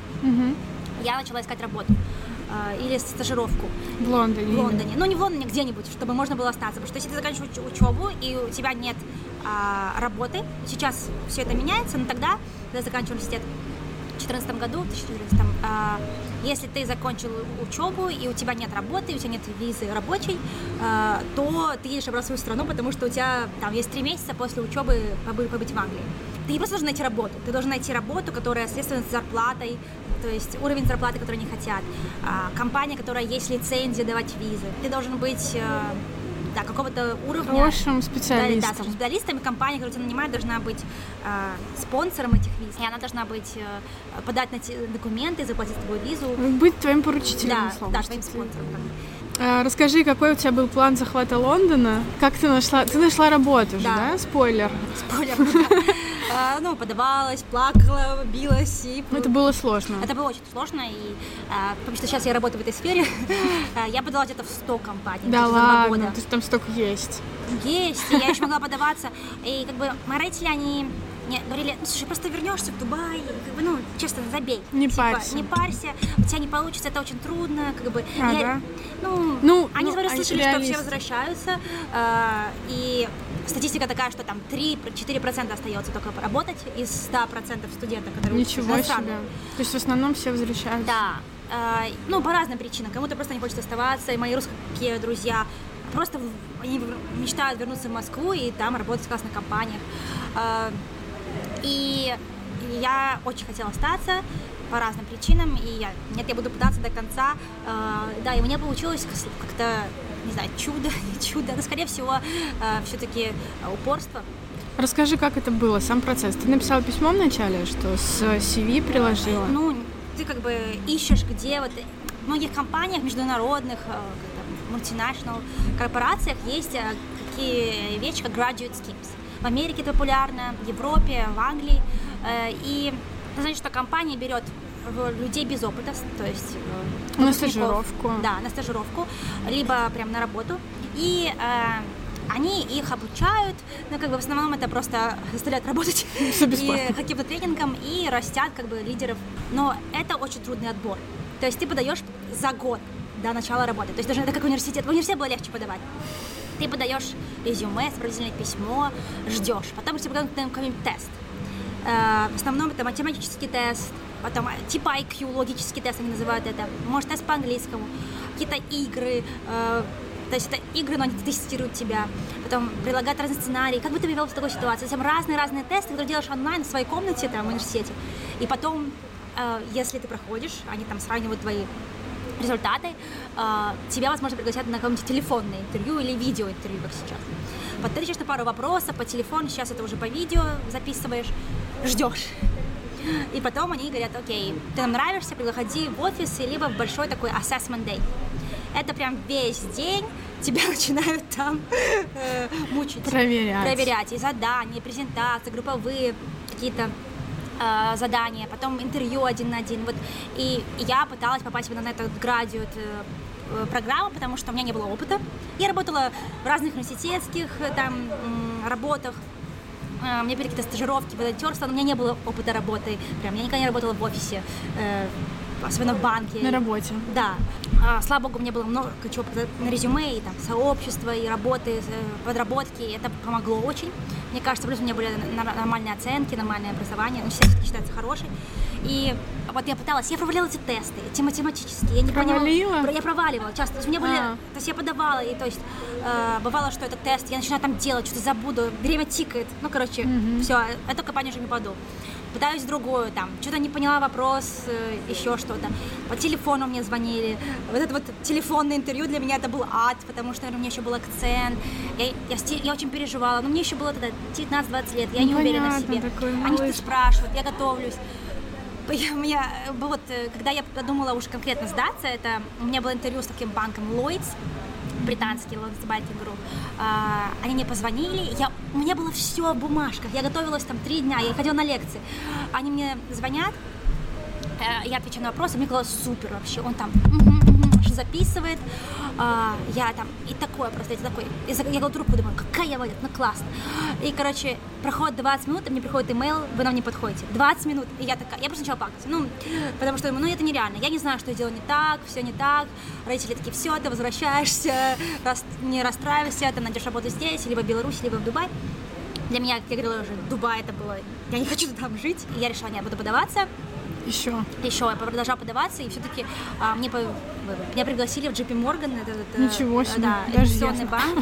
Speaker 1: я начала искать работу. Или стажировку.
Speaker 2: В Лондоне.
Speaker 1: В Лондоне. Ну, не в Лондоне, где-нибудь, чтобы можно было остаться. Потому что если ты заканчиваешь уч- учебу, и у тебя нет а, работы, сейчас все это меняется, но тогда, когда я заканчивала университет в две тысячи четырнадцатом году, в две тысячи четырнадцатом, а, если ты закончил учебу, и у тебя нет работы, у тебя нет визы рабочей, а, то ты едешь обратно в свою страну, потому что у тебя там есть три месяца после учебы побыть, побыть в Англии. Ты не просто должен найти работу, ты должен найти работу, которая соответствует с зарплатой, то есть уровень зарплаты, который они хотят, а, компания, которая есть лицензия давать визы. Ты должен быть а, да, какого-то уровня.
Speaker 2: Хорошим специалистом.
Speaker 1: Да, да, специалистом, и компания, которая тебя нанимает, должна быть а, спонсором этих виз. И она должна быть а, подать на те документы, заплатить тобой визу.
Speaker 2: Быть твоим поручителем,
Speaker 1: да,
Speaker 2: условно.
Speaker 1: Да, твоим спонсором.
Speaker 2: А, расскажи, какой у тебя был план захвата Лондона? Как ты нашла? Ты нашла работу же,
Speaker 1: да?
Speaker 2: да? Спойлер.
Speaker 1: Спойлер, да. А, ну, подавалась, плакала, билась. И...
Speaker 2: Это было сложно.
Speaker 1: Это было очень сложно, и а, потому что сейчас я работаю в этой сфере, я подала где-то в сто компаний.
Speaker 2: Да ладно, то есть там столько есть.
Speaker 1: Есть, и я еще могла подаваться, и как бы мои родители, они мне говорили, ну, слушай, просто вернешься в Дубай, как бы, ну, честно, забей.
Speaker 2: Не
Speaker 1: типа,
Speaker 2: парься.
Speaker 1: Не парься, у тебя не получится, это очень трудно, как бы.
Speaker 2: А,
Speaker 1: я,
Speaker 2: да?
Speaker 1: Ну,
Speaker 2: ну,
Speaker 1: они,
Speaker 2: ну,
Speaker 1: говорят,
Speaker 2: они
Speaker 1: слышали,
Speaker 2: реалисты.
Speaker 1: что все возвращаются, э, и статистика такая, что там три-четыре процента остается только работать из ста процентов студентов, которые учатся
Speaker 2: Ничего
Speaker 1: иностранно.
Speaker 2: себе. То есть в основном все возвращаются.
Speaker 1: Да. Э, ну, по разным причинам. Кому-то просто не хочет оставаться, и мои русские друзья просто они мечтают вернуться в Москву и там работать в классных компаниях. Э, и я очень хотела остаться по разным причинам, и я, нет, я буду пытаться до конца. Э, да, и у меня получилось как-то, не знаю, чудо, не чудо, но, скорее всего, э, все-таки упорство.
Speaker 2: Расскажи, как это было, сам процесс. Ты написала письмо вначале, что с си ви приложила?
Speaker 1: Ну, ты как бы ищешь, где вот в многих компаниях международных, мультинациональных корпорациях есть такие вещи, как graduate schemes. В Америке это популярно, в Европе, в Англии. И это значит, что компания берет людей без опыта, то есть
Speaker 2: на стажировку.
Speaker 1: Да, на стажировку, либо прям на работу. И э, они их обучают, ну, как бы в основном это просто заставляют работать и каким-то тренингом и растят как бы лидеров. Но это очень трудный отбор. То есть ты подаешь за год до начала работы. То есть даже это как университет. В университет было легче подавать. Ты подаешь резюме, сопроводительное письмо, ждешь. Потом тебе дают какой-нибудь тест. Э, в основном это математический тест, потом типа ай кью, логический тест они называют это. Может, тест по английскому, какие-то игры. Э, то есть это игры, но они тестируют тебя. Потом предлагают разные сценарии. Как бы ты вел в такой ситуации? Затем разные-разные тесты, которые делаешь онлайн в своей комнате, там, в университете. И потом, э, если ты проходишь, они там сравнивают твои результаты, э, тебя, возможно, пригласят на какое-нибудь телефонное интервью или видеоинтервью, как сейчас. Вот ты отвечаешь на пару вопросов по телефону, сейчас это уже по видео записываешь, ждешь. И потом они говорят, окей, ты нам нравишься, приходи в офис, либо в большой такой assessment day. Это прям весь день тебя начинают там э, мучить.
Speaker 2: Проверять.
Speaker 1: Проверять. И задания, и презентации, групповые какие-то э, задания, потом интервью один на один. Вот. И, и я пыталась попасть на эту graduate э, программу, потому что у меня не было опыта. Я работала в разных университетских там, э, работах. Э, мне были какие-то стажировки, волонтерство, но у меня не было опыта работы. Прям, я никогда не работала в офисе. Э, особенно в банке.
Speaker 2: На работе.
Speaker 1: Да. А, слава богу, у меня было много чего на резюме, и там сообщество, и работы, подработки. Это помогло очень. Мне кажется, плюс у меня были нормальные оценки, нормальное образование. Ну, все считается хорошей. И вот я пыталась, я провалила эти тесты, эти математические, я не
Speaker 2: Провалила?
Speaker 1: понимала. Я проваливала часто, то есть у меня были,
Speaker 2: А.
Speaker 1: то есть я подавала, и то есть э, бывало, что это тест, я начинаю там делать, что-то забуду, время тикает, ну, короче,
Speaker 2: Мгм.
Speaker 1: все, эту компанию уже не попаду. Пытаюсь другую, там, что-то не поняла вопрос, э, еще что-то. По телефону мне звонили. Вот это вот телефонное интервью для меня это был ад, потому что, наверное, у меня еще был акцент. Я, я, сти- я очень переживала, но мне еще было тогда девятнадцать-двадцать лет, я
Speaker 2: Ну,
Speaker 1: не уверена в
Speaker 2: понятно,
Speaker 1: себе.
Speaker 2: такой
Speaker 1: Они что-то
Speaker 2: малыш.
Speaker 1: спрашивают, я готовлюсь. Я- У меня, э, вот, э, когда я подумала уж конкретно сдаться, это у меня было интервью с таким банком Lloyds, британский Lloyds Banking Group. А, они мне позвонили, я, у меня было все в бумажках, я готовилась там три дня, я ходила на лекции. Они мне звонят, э, я отвечаю на вопросы, мне казалось супер вообще, он там мгм, мгм, что записывает, а, я там и такое просто, я такой, я, за- я кладу трубку, думаю, какая я молодец, ну классно. И, короче, проходит двадцать минут, и мне приходит имейл, вы нам не подходите. двадцать минут, и я такая, я просто начала плакать, ну, потому что, ну, это нереально, я не знаю, что я делала не так, все не так, родители такие, все, ты возвращаешься, рас- не расстраивайся, ты найдешь работу здесь, либо в Беларуси, либо в Дубае. Для меня, как я говорила уже, Дубай это было, я не хочу там жить, и я решила, нет, буду подаваться.
Speaker 2: Еще.
Speaker 1: Еще я продолжала подаваться, и все-таки а, мне, по- меня пригласили в джей пи Morgan, это, это,
Speaker 2: Ничего себе,
Speaker 1: да,
Speaker 2: даже
Speaker 1: инвестиционный
Speaker 2: я.
Speaker 1: банк.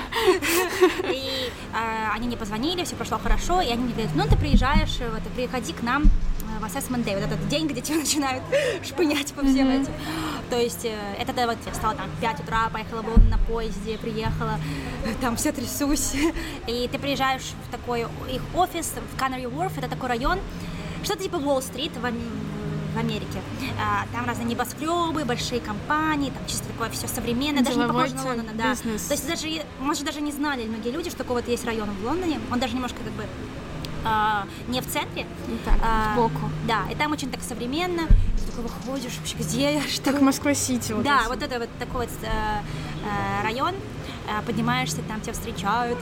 Speaker 1: И а, они мне позвонили, все прошло хорошо, и они мне говорят, ну ты приезжаешь, вот, приходи к нам в Assessment Day, вот этот день, где тебя начинают шпынять по всем
Speaker 2: Мгм.
Speaker 1: этим. То есть э, это да, вот я встала там в пять утра, поехала в Лондон на поезде, приехала, там все трясусь, и ты приезжаешь в такой их офис в Canary Wharf, это такой район, что-то типа Уолл-стрит в, Ам- в Америке. А, там разные небоскребы, большие компании, там чисто такое все современное, даже не
Speaker 2: Деловой
Speaker 1: похоже на Лондон, да.
Speaker 2: бизнес.
Speaker 1: То есть даже, может, даже не знали многие люди, что такой вот есть район в Лондоне, он даже немножко как бы а, не в центре.
Speaker 2: Так,
Speaker 1: а,
Speaker 2: сбоку.
Speaker 1: Да, и там очень так современно, ты такой выходишь, вообще, где я, что
Speaker 2: Как Москва-Сити. Вот
Speaker 1: да,
Speaker 2: эти.
Speaker 1: вот это вот такой вот э, э, район, э, поднимаешься, там тебя встречают.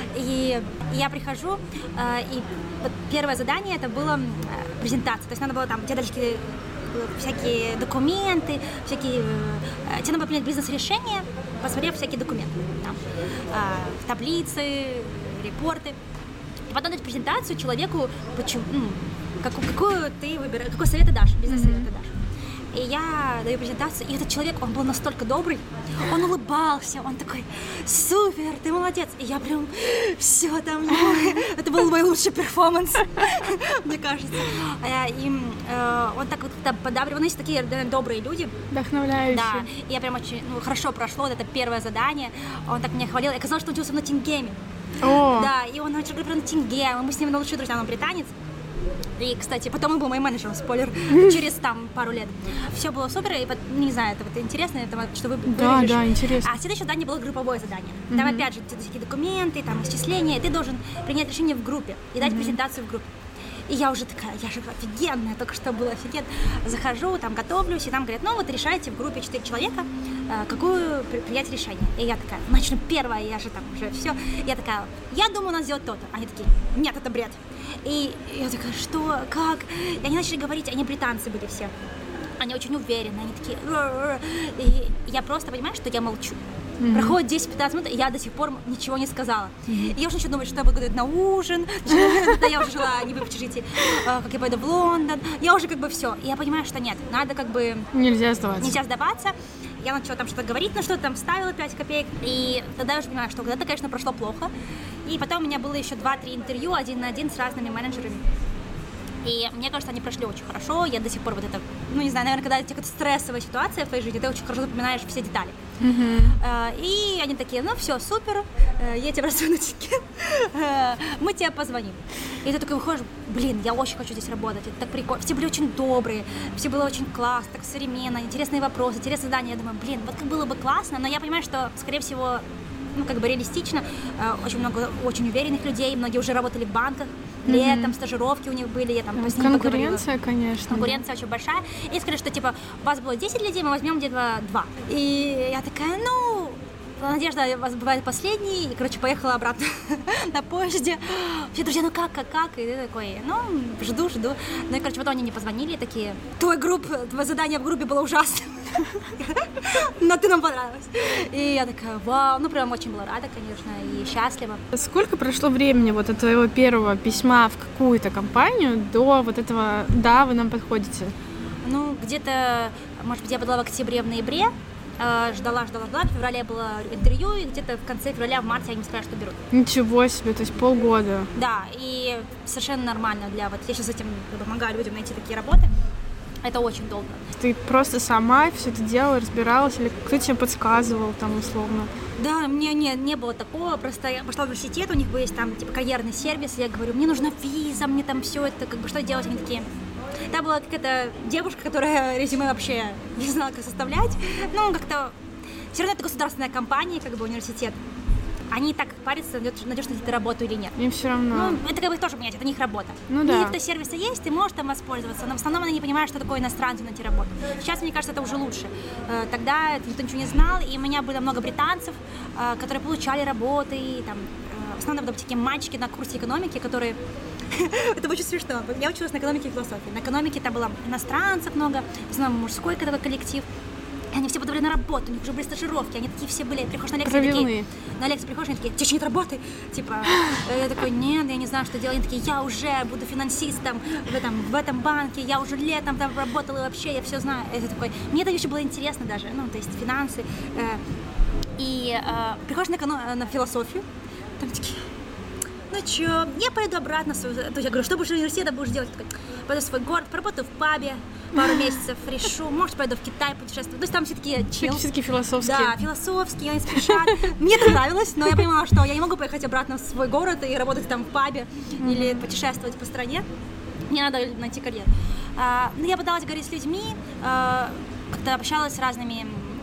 Speaker 1: И я прихожу, э, и вот первое задание это было э, презентация. То есть надо было там, тебе дали такие, э, всякие документы, всякие, э, тебе надо было принять бизнес-решение, посмотрев всякие документы. Там, э, таблицы, репорты. И потом дать презентацию человеку, почему, ну, какую, какую ты выбираешь, какой совет ты дашь, бизнес-совет ты дашь. И я даю презентацию, и этот человек, он был настолько добрый, он улыбался, он такой, супер, ты молодец. И я прям, все там, это был мой лучший перформанс, мне кажется. А, И э, он так вот там подабривал, ну, есть такие наверное, добрые люди.
Speaker 2: Вдохновляюще.
Speaker 1: Да, и я прям очень, ну, хорошо прошло, вот это первое задание, он так меня хвалил, я казалось, что он учился на Тингеме.
Speaker 2: О,
Speaker 1: Да, и он начал говорить про Ноттингем, мы с ним лучшие друзья, он британец. И, кстати, потом он был моим менеджером, спойлер, через там пару лет. Все было супер, и вот, не знаю, это вот интересно, это вот, что вы
Speaker 2: Да,
Speaker 1: выберешь.
Speaker 2: да, интересно.
Speaker 1: А следующее задание было групповое задание. Там
Speaker 2: Мгм.
Speaker 1: опять же такие документы, там исчисления, и ты должен принять решение в группе и дать презентацию в группе. И я уже такая, я же офигенная, только что было офигенно. Захожу, там готовлюсь, и там говорят, ну вот решайте в группе четыре человека, э, какую при- принять решение. И я такая, начну первое, я же там уже все. Я такая, я думаю, у нас сделать то-то. Они такие, нет, это бред. И я такая, что, как? И они начали говорить, они британцы были все. Они очень уверены, они такие, «Р-р-р». И я просто понимаю, что я молчу. Проходит десять-пятнадцать минут, и я до сих пор ничего не сказала. И я уже начала думать, что я буду готовить на ужин. Да, я уже жила не в общежитии, а, как я пойду в Лондон. Я уже как бы все. И я понимаю, что нет, надо как бы
Speaker 2: нельзя сдаваться.
Speaker 1: нельзя сдаваться. Я начала там что-то говорить, ну что-то там вставила пять копеек. И тогда я уже понимаю, что когда-то, конечно, прошло плохо. И потом у меня было еще два-три интервью один на один с разными менеджерами. И мне кажется, они прошли очень хорошо. Я до сих пор вот это, ну не знаю, наверное, когда у тебя какая-то стрессовая ситуация в твоей жизни, ты очень хорошо запоминаешь все детали.
Speaker 2: Мгм.
Speaker 1: Э, И они такие, ну все, супер, э, я тебя рассылаю на тикет, э, мы тебе позвоним. И ты такой выходишь, блин, я очень хочу здесь работать, это так прикольно. Все были очень добрые, все было очень классно, так современно, интересные вопросы, интересные задания. Я думаю, блин, вот как было бы классно, но я понимаю, что, скорее всего, ну, как бы реалистично, э, очень много очень уверенных людей, многие уже работали в банках, летом, стажировки у них были, я там с ними поговорила.
Speaker 2: Конкуренция, конечно.
Speaker 1: Конкуренция очень большая. И сказали, что типа у вас было десять людей, мы возьмем где-то два. И я такая, ну, Надежда, у вас бывает последний. И, короче, поехала обратно на поезде. Все друзья, ну как, как, как? И ты такой, ну, жду, жду. Ну и, короче, потом они мне позвонили, такие, твой групп, твое задание в группе было ужасным. но ты нам понравилась. И я такая, вау, ну прям очень была рада, конечно, и счастлива.
Speaker 2: Сколько прошло времени вот от твоего первого письма в какую-то компанию до вот этого «да, вы нам подходите»?
Speaker 1: Ну, где-то, может быть, я была в октябре, в ноябре, ждала, ждала, ждала, в феврале было интервью, и где-то в конце февраля, в марте они мне сказали, что берут.
Speaker 2: Ничего себе, то есть полгода.
Speaker 1: Да, и совершенно нормально для вот, я сейчас этим помогаю людям найти такие работы. Это очень долго.
Speaker 2: Ты просто сама все это делала, разбиралась, или кто тебе подсказывал там условно?
Speaker 1: Да, мне не, не было такого, просто я пошла в университет, у них есть там типа карьерный сервис, я говорю, мне нужна виза, мне там все это, как бы что делать, они такие... Там была какая-то девушка, которая резюме вообще не знала, как составлять, ну как-то... Все равно это государственная компания, как бы университет. Они так парятся, найдешь ли ты работу или нет.
Speaker 2: Им все равно.
Speaker 1: Ну, это как бы тоже понять, это не их работа.
Speaker 2: Ну да.
Speaker 1: Какие-то сервисы есть, ты можешь там воспользоваться, но в основном они не понимают, что такое иностранцу найти работу. Сейчас, мне кажется, это уже лучше. Тогда никто ничего не знал, и у меня было много британцев, которые получали работы, и там, в основном там такие мальчики на курсе экономики, которые... Это очень смешно. Я училась на экономике и философии. На экономике там было иностранцев много, в основном мужской такой коллектив. И они все подавали на работу, у них уже были стажировки, они такие все были, приходишь на лекции, такие, на лекции приходишь, они такие, тебе еще нет работы? Типа, я такой, нет, я не знаю, что делать. Они такие, я уже буду финансистом в этом, в этом банке, я уже летом там работала, и вообще я все знаю. Это такой, мне это еще было интересно даже, ну, то есть финансы. И приходишь на, на философию, там такие, ну чё, я пойду обратно, то есть я говорю, что будешь в университете будешь делать? Я такой, пойду в свой город, поработаю в пабе пару месяцев, решу, может, пойду в Китай путешествовать. То есть там все такие чил.
Speaker 2: Все такие философские.
Speaker 1: Да, философские, они спешат. Мне это нравилось, но я понимала, что я не могу поехать обратно в свой город и работать там в пабе mm-hmm. или путешествовать по стране. Мне надо найти карьеру. А, ну, я пыталась говорить с людьми, а, как-то общалась с разными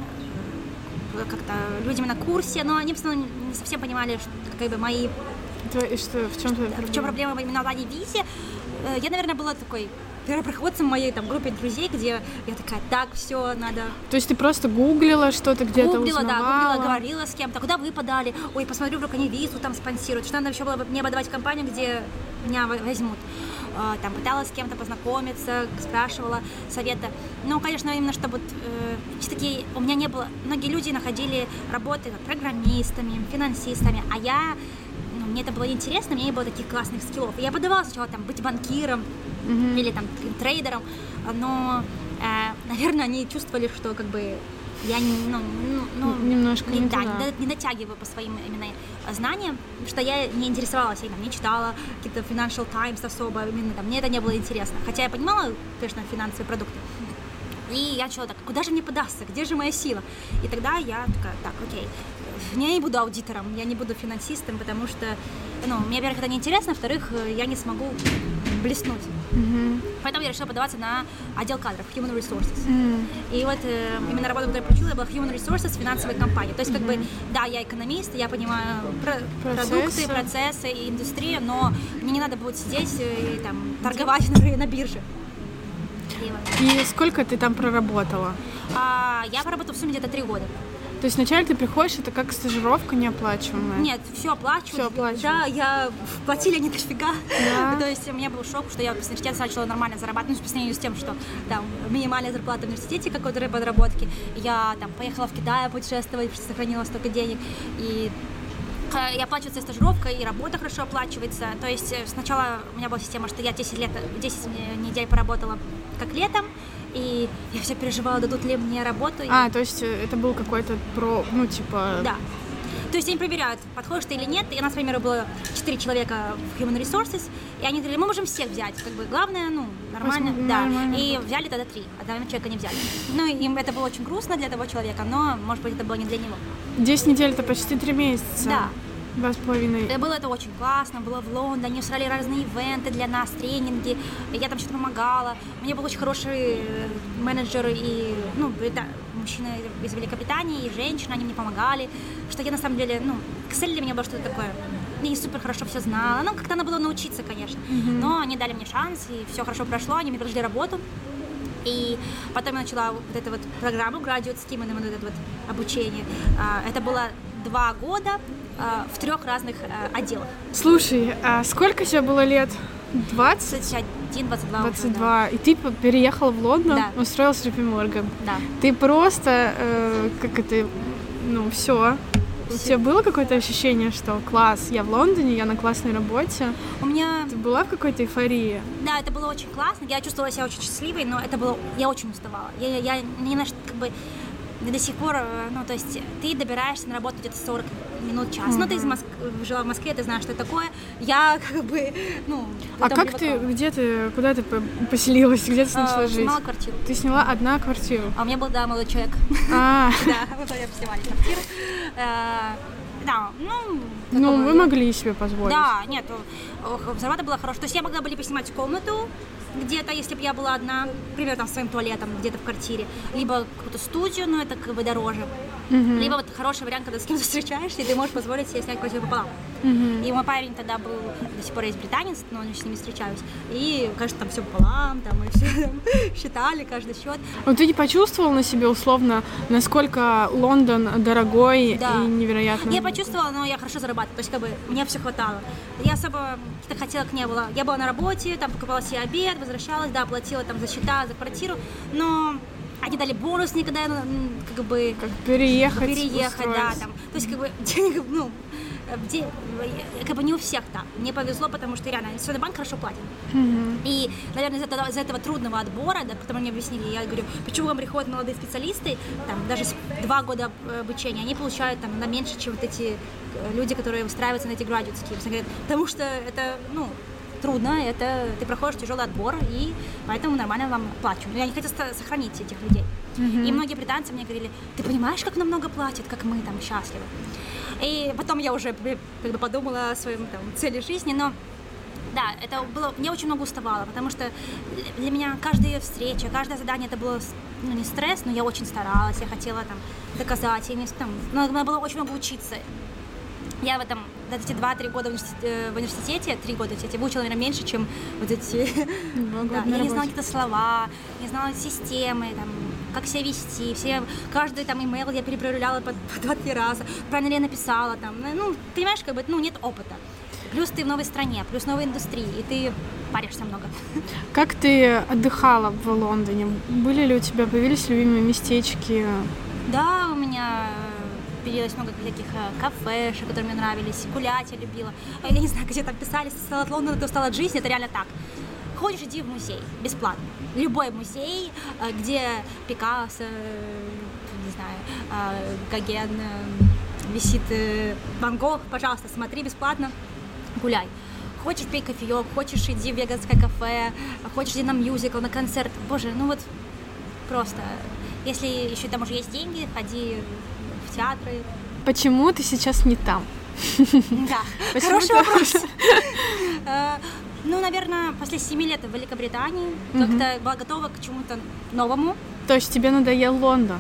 Speaker 1: как-то людьми на курсе, но они в основном не совсем понимали, что, как бы, мои...
Speaker 2: И что, в чем проблема?
Speaker 1: В чем проблема именно в плане визе? Я, наверное, была такой первопроходцем в моей там группе друзей, где я такая, так, все, надо...
Speaker 2: То есть ты просто гуглила что-то, где-то
Speaker 1: гуглила,
Speaker 2: узнавала?
Speaker 1: Да, гуглила, говорила с кем-то, куда вы подали, ой, посмотрю, вдруг они визу там спонсируют, что надо еще было бы мне подавать в компанию, где меня возьмут. Там пыталась с кем-то познакомиться, спрашивала совета. Ну, конечно, именно чтобы э, все-таки у меня не было... Многие люди находили работы как программистами, финансистами, а я... Ну, мне это было интересно, у меня не было таких классных скиллов. И я подавала сначала там быть банкиром mm-hmm. или там трейдером, но, э, наверное, они чувствовали, что как бы я ну, ну,
Speaker 2: немножко
Speaker 1: не,
Speaker 2: не,
Speaker 1: да,
Speaker 2: не,
Speaker 1: не дотягиваю по своим именно знаниям, что я не интересовалась, я там не читала какие-то Financial Times особо, именно там, мне это не было интересно. Хотя я понимала, конечно, финансовые продукты. И я начала так, куда же мне подастся, где же моя сила? И тогда я такая, так, окей, я не буду аудитором, я не буду финансистом, потому что, ну, мне, во-первых, это неинтересно, во-вторых, я не смогу блеснуть. Mm-hmm. Поэтому я решила подаваться на отдел кадров, Human Resources. Mm-hmm. И вот э, именно работа, которую я получила, я была Human Resources финансовой компании. То есть, mm-hmm. как бы, да, я экономист, я понимаю про- продукты, процессы и индустрию, но мне не надо будет сидеть и там торговать на, на бирже.
Speaker 2: И сколько ты там проработала?
Speaker 1: А, я проработала в сумме где-то три года.
Speaker 2: То есть вначале ты приходишь, это как стажировка неоплачиваемая?
Speaker 1: Нет, все оплачивают.
Speaker 2: Все оплачивают.
Speaker 1: Да, я платили они дофига.
Speaker 2: Да.
Speaker 1: То есть у меня был шок, что я после университета начала нормально зарабатывать, ну, по сравнению с тем, что там минимальная зарплата в университете какой-то подработки. Я там поехала в Китай путешествовать, сохранила столько денег. И и оплачивается стажировка, и работа хорошо оплачивается. То есть сначала у меня была система, что я десять лет, десять недель поработала как летом, и я все переживала, дадут ли мне работу.
Speaker 2: А, то есть это был какой-то про, ну, типа...
Speaker 1: Да. То есть они проверяют, подходишь ты или нет. И у нас, к примеру, было четыре человека в Human Resources, и они говорили, мы можем всех взять. Как бы главное, ну, нормально.
Speaker 2: Посмотри,
Speaker 1: да.
Speaker 2: нормально.
Speaker 1: И взяли тогда три, а одного человека не взяли. Ну, им это было очень грустно для того человека, но, может быть, это было не для него.
Speaker 2: Десять недель — это почти три месяца.
Speaker 1: Да.
Speaker 2: Два с половиной.
Speaker 1: Было это очень классно, было в Лондоне, они устраивали разные ивенты для нас, тренинги, я там что-то помогала. У меня был очень хороший менеджер и, ну, мужчины из Великобритании и женщины, они мне помогали, что я на самом деле, ну, Excel для меня было что-то такое, я не супер хорошо все знала, ну, как-то надо было научиться, конечно, mm-hmm. но они дали мне шанс, и все хорошо прошло, они мне предложили работу. И потом я начала вот эту вот программу Graduate Scheme, вот это вот обучение. Это было два года в трех разных отделах.
Speaker 2: Слушай, а сколько тебе было лет? двадцать?
Speaker 1: двадцать один двадцать два.
Speaker 2: двадцать два. И ты переехала в Лондон,
Speaker 1: да.
Speaker 2: устроилась в джей пи Morgan.
Speaker 1: Да.
Speaker 2: Ты просто, э, как это, ну, все. У тебя было какое-то ощущение, что класс, я в Лондоне, я на классной работе?
Speaker 1: У меня...
Speaker 2: Ты была в какой-то эйфории?
Speaker 1: Да, это было очень классно, я чувствовала себя очень счастливой, но это было... Я очень уставала. Я, я, я не на что, как бы... До сих пор, ну, то есть ты добираешься на работу где-то сорок минут, час. Mm-hmm. Ну, ты из Моск... жила в Москве, ты знаешь, что это такое. Я, как бы, ну...
Speaker 2: А как привыкала. Ты, где ты, куда ты поселилась, где ты начала
Speaker 1: а,
Speaker 2: жить?
Speaker 1: Снимала квартиру.
Speaker 2: Ты сняла одна квартиру?
Speaker 1: А у меня был, да, молодой человек.
Speaker 2: А.
Speaker 1: Да, мы вдвоем снимали квартиру. Да, ну...
Speaker 2: Ну, вы могли себе позволить.
Speaker 1: Да, нет, зарплата была хорошая. То есть я могла бы либо снимать комнату где-то, если бы я была одна, например, там, своим туалетом где-то в квартире, либо какую-то студию, но это как бы дороже. Uh-huh. Либо вот хороший вариант, когда с кем-то встречаешься, и ты можешь позволить себе снять квартиру пополам. Uh-huh. И мой парень тогда был, до сих пор есть британец, но я с ними встречаюсь. И, кажется, там все пополам, там мы все там, считали каждый счет.
Speaker 2: Но ты не почувствовал на себе условно, насколько Лондон дорогой да. и невероятно?
Speaker 1: Я почувствовала, но я хорошо зарабатывала, то есть как бы мне все хватало. Я особо каких-то хотелок не было. Я была на работе, там покупала себе обед, возвращалась, да, платила там за счета, за квартиру, но они дали бонус никогда, как бы...
Speaker 2: Как переехать,
Speaker 1: Переехать, да, там. То есть, как бы, денег, ну, де, как бы не у всех так. Мне повезло, потому что реально инвестиционный банк хорошо платит. Mm-hmm. И, наверное, из-за этого, из-за этого трудного отбора, да, потому мне объяснили, я говорю, почему вам приходят молодые специалисты, там, даже с два года обучения, они получают там на меньше, чем вот эти люди, которые устраиваются на эти graduate schemes. Они говорят, потому что это, ну, трудно, это ты проходишь тяжелый отбор, и поэтому нормально вам плачу. Но я не хотела сохранить этих людей. Mm-hmm. И многие британцы мне говорили, ты понимаешь, как нам много платят, как мы там счастливы. И потом я уже как бы подумала о своем там, цели жизни, но да, это было, я очень много уставала, потому что для меня каждая встреча, каждое задание это было, ну, не стресс, но я очень старалась, я хотела там доказать, я не, там, надо было очень много учиться. Я в этом, вот эти два-три года в университете, в университете, три года в университете, выучила, наверное, меньше, чем вот эти... Да, я не знала какие-то слова, не знала системы, там, как себя вести, все, каждый там имейл я перепроверяла по, по два-три раза, правильно ли я написала, там, ну, понимаешь, как бы, ну, нет опыта. Плюс ты в новой стране, плюс новой индустрии, и ты паришься много.
Speaker 2: Как ты отдыхала в Лондоне? Были ли у тебя, появились любимые местечки?
Speaker 1: Да, у меня... появилось много всяких кафешек, которые мне нравились, гулять я любила. Я не знаю, где там писали, ты устала от Лондона, ты устала от жизни, это реально так. Хочешь, иди в музей, бесплатно. Любой музей, где Пикассо, не знаю, Гоген, висит Ван Гог, пожалуйста, смотри бесплатно, гуляй. Хочешь, пей кофеек, хочешь, иди в веганское кафе, хочешь, иди на мюзикл, на концерт. Боже, ну вот просто. Если еще там уже есть деньги, ходи в театры.
Speaker 2: Почему ты сейчас не там?
Speaker 1: Да, хороший вопрос. Ну, наверное, после семи лет в Великобритании как-то была готова к чему-то новому.
Speaker 2: То есть тебе надоел Лондон?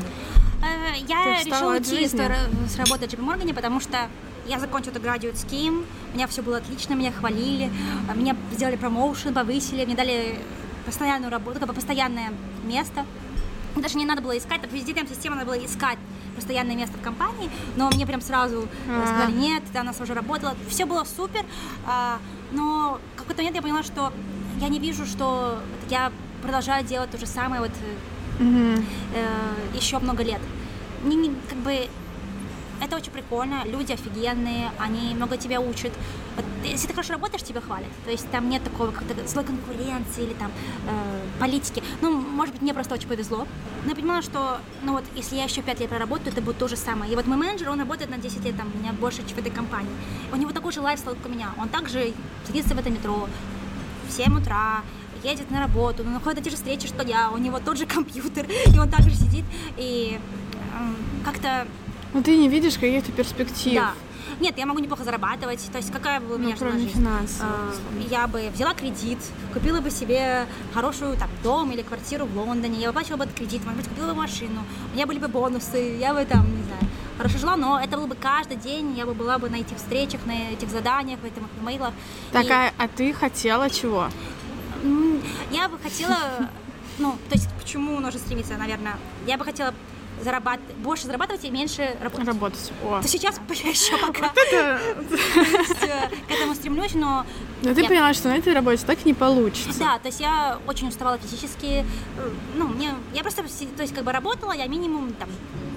Speaker 1: Я решила уйти с работы в джей пи Morgan, потому что я закончила graduate scheme, у меня все было отлично, меня хвалили, меня сделали промоушен, повысили, мне дали постоянную работу, как бы постоянное место. Даже не надо было искать, по визитам системы надо было искать постоянное место в компании, но мне прям сразу А-а-а. сказали, нет, ты у нас уже работала, все было супер, но в какой-то момент я поняла, что я не вижу, что я продолжаю делать то же самое вот mm-hmm. э, еще много лет. Не, не, как бы это очень прикольно, люди офигенные, они много тебя учат. Вот, если ты хорошо работаешь, тебя хвалят. То есть там нет такого как-то злой конкуренции или там э, политики. Ну, может быть, мне просто очень повезло. Но я понимала, что, ну вот, если я еще пять лет проработаю, это будет то же самое. И вот мой менеджер, он работает на десять лет, там, у меня больше, чем в этой компании. У него такой же лайфстайл, как у меня. Он также садится в это метро в семь утра, едет на работу, он находит те же встречи, что я. У него тот же компьютер, и он также сидит. И э, как-то...
Speaker 2: Ну, ты не видишь каких-то перспектив.
Speaker 1: Да. Нет, я могу неплохо зарабатывать. То есть какая бы у меня
Speaker 2: ну,
Speaker 1: жизнь?
Speaker 2: Финансово.
Speaker 1: Я бы взяла кредит, купила бы себе хорошую там дом или квартиру в Лондоне, я выплачивала бы этот кредит, может быть, купила бы машину, у меня были бы бонусы, я бы там, не знаю, хорошо жила, но это было бы каждый день, я бы была бы на этих встречах, на этих заданиях, в этих имейлах.
Speaker 2: Так, и... а, а ты хотела чего?
Speaker 1: Я бы хотела, ну, то есть почему нужно стремиться, наверное, я бы хотела зарабатывать, больше зарабатывать и меньше работать.
Speaker 2: Работать. О.
Speaker 1: То сейчас я еще пока
Speaker 2: Вот это...
Speaker 1: к этому стремлюсь, но
Speaker 2: Но ты
Speaker 1: я...
Speaker 2: поняла, что на этой работе так не получится.
Speaker 1: Да, то есть я очень уставала физически. Ну, мне... Я просто, то есть, как бы работала, я минимум там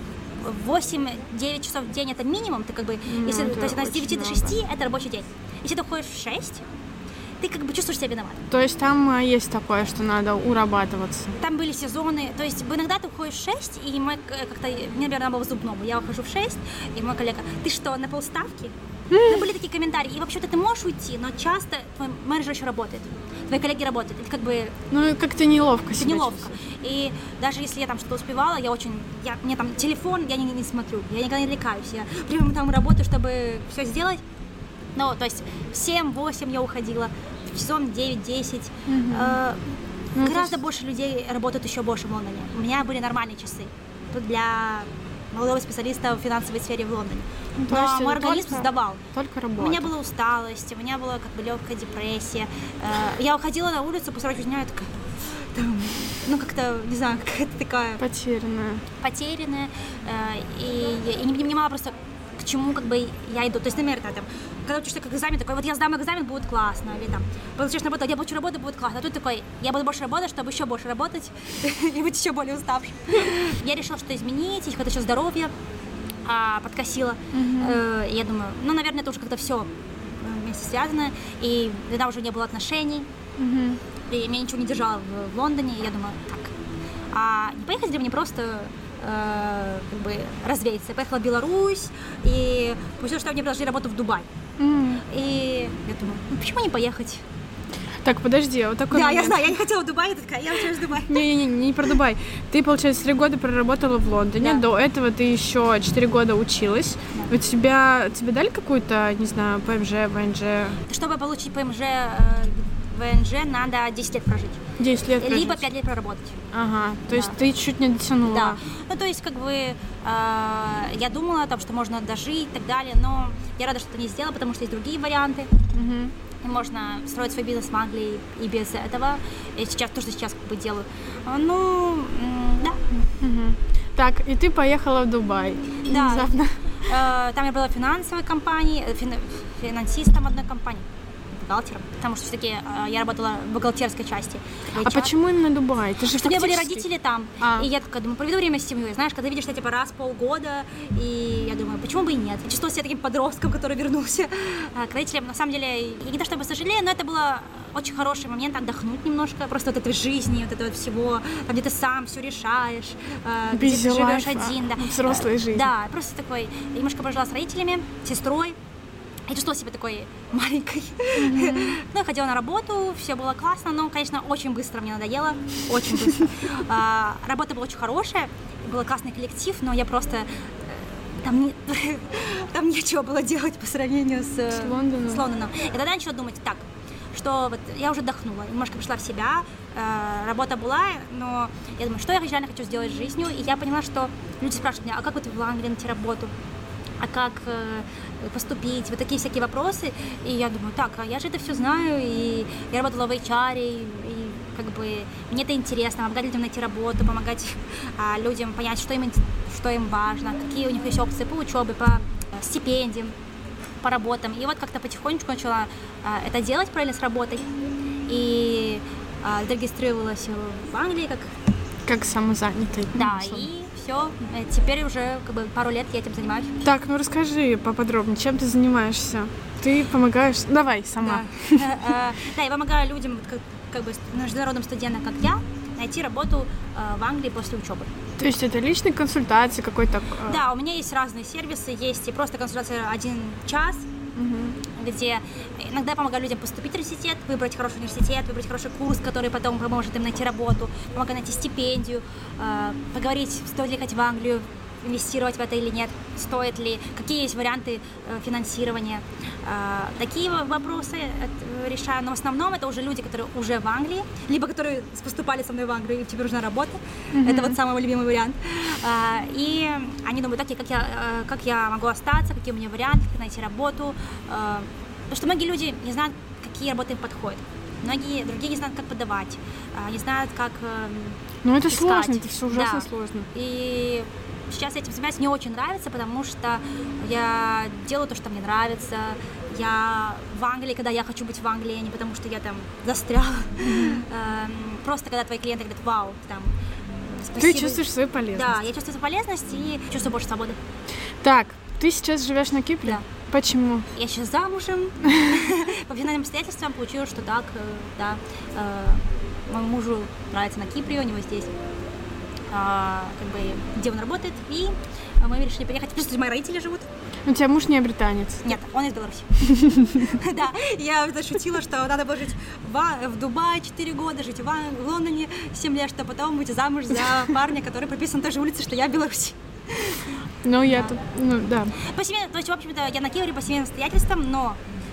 Speaker 1: восемь-девять часов в день это минимум. Ты как бы,
Speaker 2: ну,
Speaker 1: если, то есть у нас с девяти
Speaker 2: много.
Speaker 1: до шести это рабочий день. Если ты уходишь в шесть, ты как бы чувствуешь себя виноват.
Speaker 2: То есть там а, есть такое, что надо урабатываться.
Speaker 1: Там были сезоны, то есть иногда ты уходишь в шесть, и мы как-то, мне, наверное, было в зубному, я ухожу в шесть, и мой коллега, ты что, на полставки? Ну, были такие комментарии, и вообще-то ты можешь уйти, но часто твой менеджер еще работает, твои коллеги работают, это как бы...
Speaker 2: Ну, как-то неловко
Speaker 1: Это
Speaker 2: себя
Speaker 1: неловко.
Speaker 2: чувствовать.
Speaker 1: И даже если я там что-то успевала, я очень... Я, мне там телефон, я не, не смотрю, я никогда не отвлекаюсь, я прямо там работаю, чтобы все сделать. Ну, то есть в семь-восемь я уходила, в сезон девять-десять.
Speaker 2: Угу.
Speaker 1: Э,
Speaker 2: ну,
Speaker 1: гораздо
Speaker 2: есть...
Speaker 1: больше людей работают еще больше в Лондоне. У меня были нормальные часы. Тут для молодого специалиста в финансовой сфере в Лондоне.
Speaker 2: Ну,
Speaker 1: Но мой организм
Speaker 2: только,
Speaker 1: сдавал.
Speaker 2: Только работа.
Speaker 1: У меня была усталость, у меня была как бы легкая депрессия. Э, я уходила на улицу после рабочего дня, я такая... Там, ну, как-то, не знаю, какая-то такая...
Speaker 2: Потерянная.
Speaker 1: Потерянная. Э, и, и не понимала просто, к чему как бы я иду. То есть, например, там, когда учишься как экзамен, такой, вот я сдам экзамен, будет классно. Или там, получишь работу, я получу работу, будет классно. А тут такой, я буду больше работать, чтобы еще больше работать и быть еще более уставшим. Я решила, что изменить, и как-то еще здоровье а, подкосило. Э, я думаю, ну, наверное, это уже как-то все вместе связано. И тогда уже не было отношений. И меня ничего не держало в, в Лондоне, и я думаю, так, а не поехать ли мне просто э, как бы развеяться? Я поехала в Беларусь, и получилось, что мне предложили работу в Дубай. Mm. И я думаю, ну почему не поехать?
Speaker 2: Так, подожди, вот такой
Speaker 1: Да,
Speaker 2: момент.
Speaker 1: я знаю, я не хотела в Дубай, я такая, я хочу в Дубай.
Speaker 2: Не-не-не, не про Дубай. Ты, получается, три года проработала в Лондоне,
Speaker 1: Да.
Speaker 2: до этого ты еще четыре года училась. Да. У тебя, тебе дали какую-то, не знаю, ПМЖ, ВНЖ?
Speaker 1: Чтобы получить ПМЖ, э, ВНЖ, надо десять лет прожить.
Speaker 2: десять лет прожить.
Speaker 1: Либо пять лет проработать.
Speaker 2: Ага, то
Speaker 1: да.
Speaker 2: есть ты чуть не дотянула.
Speaker 1: Да, ну то есть как бы э, я думала, там, что можно дожить и так далее, но я рада, что это не сделала, потому что есть другие варианты.
Speaker 2: Угу.
Speaker 1: Можно строить свой бизнес в Англии и без этого. И сейчас то, что сейчас как бы делаю. Ну, да.
Speaker 2: Угу. Так, и ты поехала в Дубай.
Speaker 1: Да.
Speaker 2: Внезапно.
Speaker 1: Э, там я была в финансовой компании, фин, финансистом одной компании. Бухгалтером, потому что все-таки э, я работала в бухгалтерской части.
Speaker 2: А почему именно Дубай? Ты же
Speaker 1: Что у меня были
Speaker 2: фактически...
Speaker 1: родители там,
Speaker 2: а.
Speaker 1: и я такая думаю, проведу время с семьей. Знаешь, когда видишь, что типа раз в полгода, и я думаю, почему бы и нет? Я чувствовала себя таким подростком, который вернулся а, к родителям. На самом деле, я не то чтобы сожалею, но это было очень хороший момент отдохнуть немножко, просто вот этой жизни, вот этого всего, там, где ты сам все решаешь, э, где ты живешь один. Да.
Speaker 2: Взрослая жизнь.
Speaker 1: Да, просто такой, немножко пожила с родителями, сестрой. Я чувствовала себя такой маленькой. Mm-hmm. Ну, я ходила на работу, все было классно, но, конечно, очень быстро мне надоело, очень быстро. а, работа была очень хорошая, был классный коллектив, но я просто... Там, не, там нечего было делать по сравнению с,
Speaker 2: с, Лондоном.
Speaker 1: с Лондоном. И тогда я начала думать, так, что вот я уже отдохнула, немножко пришла в себя, э, работа была, но я думаю, что я реально хочу сделать с жизнью, и я поняла, что люди спрашивают меня, а как вот в Англии найти работу? А как э, поступить, вот такие всякие вопросы. И я думаю, так, а я же это все знаю, и я работала в эйч ар, и, и как бы мне это интересно, помогать людям найти работу, помогать а, людям понять, что им, что им важно, какие у них есть опции по учебе, по э, стипендиям, по работам. И вот как-то потихонечку начала а, это делать параллельно с работой. И а, зарегистрировалась в Англии как...
Speaker 2: Как самозанятый.
Speaker 1: Да, и все, теперь уже как бы пару лет я этим занимаюсь.
Speaker 2: Так, ну расскажи поподробнее, чем ты занимаешься? Ты помогаешь? Давай, сама.
Speaker 1: Да, я помогаю людям, как бы международным студентам, как я, найти работу в Англии после учебы.
Speaker 2: То есть это личные консультации какой-то?
Speaker 1: Да, у меня есть разные сервисы, есть и просто консультация один час, где иногда я помогаю людям поступить в университет, выбрать хороший университет, выбрать хороший курс, который потом поможет им найти работу, помогаю найти стипендию, э, поговорить, стоит ли ехать в Англию, инвестировать в это или нет, стоит ли, какие есть варианты э, финансирования. Э, такие вопросы решаю, но в основном это уже люди, которые уже в Англии, либо которые поступали со мной в Англию, и теперь нужна работа. Mm-hmm. Это вот самый мой любимый вариант. Э, и они думают, так, как я, э, как я могу остаться, какие у меня варианты, как найти работу. Э, потому что многие люди не знают, какие работы им подходят. Многие другие не знают, как подавать, э, не знают, как э,
Speaker 2: Ну это
Speaker 1: искать.
Speaker 2: сложно, это все ужасно
Speaker 1: Да.
Speaker 2: сложно.
Speaker 1: И сейчас этим занимаюсь, мне очень нравится, потому что я делаю то, что мне нравится, я в Англии, когда я хочу быть в Англии, а не потому что я там застряла. Mm-hmm. Просто когда твои клиенты говорят, вау, там, спасибо.
Speaker 2: Ты чувствуешь свою полезность.
Speaker 1: Да, я чувствую свою полезность и чувствую больше свободы.
Speaker 2: Так, ты сейчас живешь на Кипре?
Speaker 1: Да.
Speaker 2: Почему?
Speaker 1: Я сейчас замужем. По финальным обстоятельствам получилось, что так, да. Моему мужу нравится на Кипре, у него здесь, как бы, где он работает, и мы решили переехать. Плюс мои родители живут.
Speaker 2: У тебя муж не британец?
Speaker 1: Нет, он из Беларуси. Да, я шутила, что надо было жить в Дубае четыре года, жить в Лондоне семь лет, чтобы потом выйти замуж за парня, который прописан на той же улице, что я в Беларуси.
Speaker 2: Ну, я тут, ну, да.
Speaker 1: По семейным, то есть, в общем-то, я на Кипре по семейным обстоятельствам, но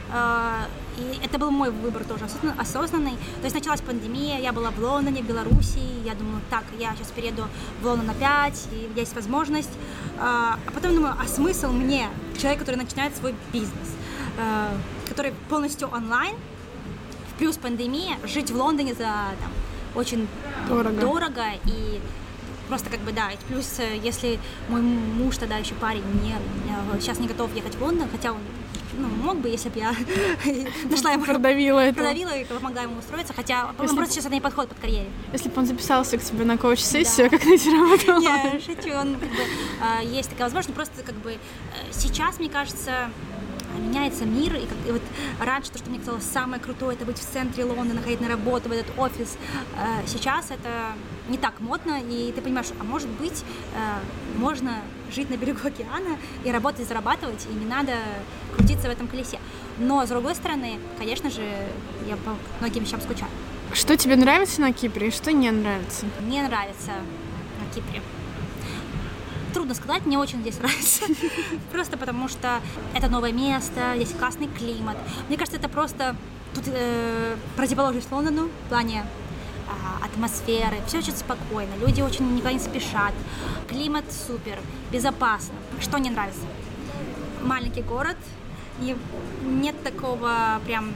Speaker 1: и это был мой выбор тоже осознанный. То есть началась пандемия, я была в Лондоне, в Беларуси, я думаю, так, я сейчас перееду в Лондон опять, и есть возможность. А потом думаю, а смысл мне, человек, который начинает свой бизнес, который полностью онлайн, плюс пандемия, жить в Лондоне за там, очень дорого. дорого и просто как бы, да, и плюс, если мой муж тогда еще парень не, сейчас не готов ехать в Лондон, хотя он ну, мог бы, если бы я нашла ему...
Speaker 2: Продавила это.
Speaker 1: Продавила и помогла ему устроиться, хотя если просто сейчас это не подходит под карьере.
Speaker 2: Если бы он записался к тебе на коуч-сессию, да. Как найти работу?
Speaker 1: Не, шучу, он как бы, есть такая возможность, просто как бы сейчас, мне кажется, меняется мир, и, как, и вот раньше то, что мне казалось самое крутое, это быть в центре Лондона, ходить на работу, в этот офис, сейчас это не так модно, и ты понимаешь, а может быть, можно жить на берегу океана и работать, зарабатывать, и не надо крутиться в этом колесе. Но, с другой стороны, конечно же, я по многим вещам скучаю.
Speaker 2: Что тебе нравится на Кипре и что не нравится?
Speaker 1: Мне нравится на Кипре. Трудно сказать, мне очень здесь нравится. Просто потому что это новое место, здесь классный климат. Мне кажется, это просто тут э, противоположность Лондону в плане э, атмосферы. Все очень спокойно, люди очень никуда не спешат. Климат супер, безопасно. Что не нравится? Маленький город, и нет такого прям...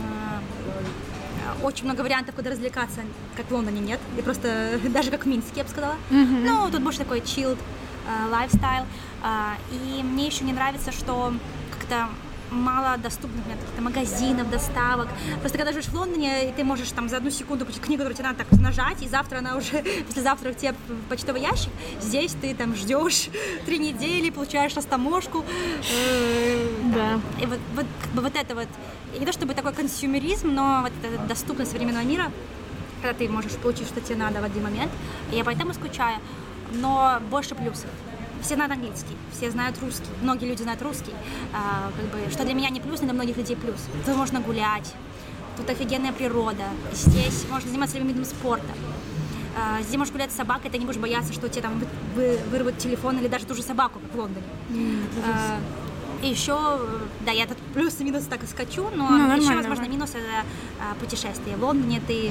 Speaker 1: Очень много вариантов, куда развлекаться, как в Лондоне нет. И просто даже как в Минске, я бы сказала. Mm-hmm. Ну, тут больше такой chilled лайфстайл. Uh, uh, и мне еще не нравится, что как-то мало доступных каких-то магазинов, доставок. Просто когда живешь в Лондоне, ты можешь там за одну секунду получить книгу, которую тебе надо так нажать, и завтра она уже, послезавтра у тебя в почтовый ящик. Здесь ты там ждешь три недели, получаешь растаможку.
Speaker 2: Да.
Speaker 1: И вот, вот, как бы вот это вот, и не то чтобы такой консюмеризм, но вот эта доступность современного мира, когда ты можешь получить, что тебе надо в один момент. И я поэтому скучаю, но больше плюсов. Все знают английский, все знают русский, многие люди знают русский, а, как бы, что для меня не плюс, но для многих людей плюс. Тут можно гулять, тут офигенная природа, здесь можно заниматься любым видом спорта. А, здесь можешь гулять с собакой, ты не будешь бояться, что тебе там вы, вырвут телефон или даже ту же собаку, как в Лондоне. Mm, а, и еще, да, я тут плюс и минус так и скачу, но ну, еще, возможно, минус — это а, путешествие. В Лондоне ты,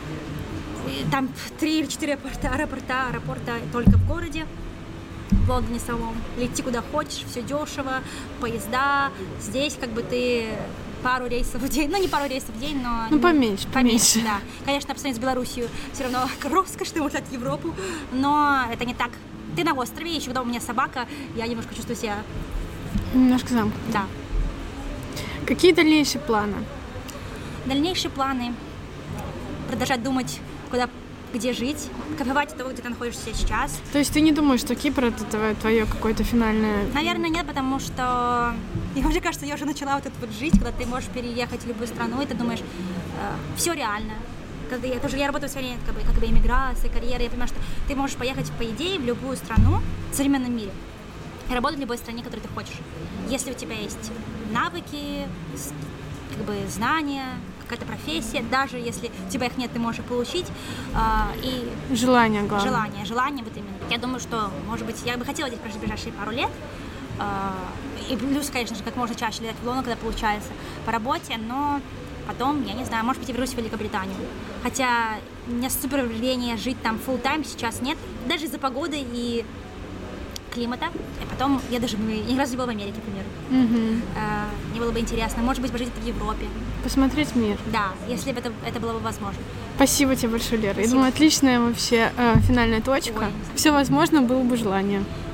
Speaker 1: там три или четыре аэропорта, аэропорта, аэропорта только в городе. В Лондоне самом. Лети куда хочешь, все дешево, поезда. Здесь как бы ты пару рейсов в день, ну не пару рейсов в день, но...
Speaker 2: Ну поменьше, поменьше.
Speaker 1: поменьше. Да. Конечно, по сравнению с Белоруссией все равно роскошь, ты можешь летать в Европу, но это не так. Ты на острове, еще когда у меня собака, я немножко чувствую себя...
Speaker 2: Немножко замкнута.
Speaker 1: Да.
Speaker 2: Какие дальнейшие планы?
Speaker 1: Дальнейшие планы. Продолжать думать, куда... где жить, кайфовать от того, где ты находишься сейчас.
Speaker 2: То есть ты не думаешь, что Кипр — это твое какое-то финальное...
Speaker 1: Наверное, нет, потому что, мне уже кажется, я уже начала вот эту вот жизнь, когда ты можешь переехать в любую страну, и ты думаешь, э, все реально. Когда я, тоже, я работаю в сфере как бы, как бы иммиграции, карьеры, я понимаю, что ты можешь поехать, по идее, в любую страну в современном мире и работать в любой стране, в которой ты хочешь. Если у тебя есть навыки, как бы знания, какая-то профессия, даже если у тебя их нет, ты можешь их получить. Э, и
Speaker 2: желание, главное.
Speaker 1: Желание, желание вот именно. Я думаю, что, может быть, я бы хотела здесь прожить ближайшие пару лет. Э, и плюс, конечно же, как можно чаще летать в Лондон, когда получается по работе, но потом, я не знаю, может быть, я вернусь в Великобританию. Хотя у меня супер рвение жить там full-time сейчас нет, даже из-за погоды и климата. И потом я даже ни разу не была в Америке, например. Mm-hmm. Э, мне было бы интересно, может быть, пожить в Европе.
Speaker 2: Посмотреть мир.
Speaker 1: Да, если бы это, это было бы возможно.
Speaker 2: Спасибо тебе большое, Лера.
Speaker 1: Спасибо.
Speaker 2: Я думаю, отличная вообще э, финальная точка.
Speaker 1: Ой.
Speaker 2: Все возможно, было бы желание.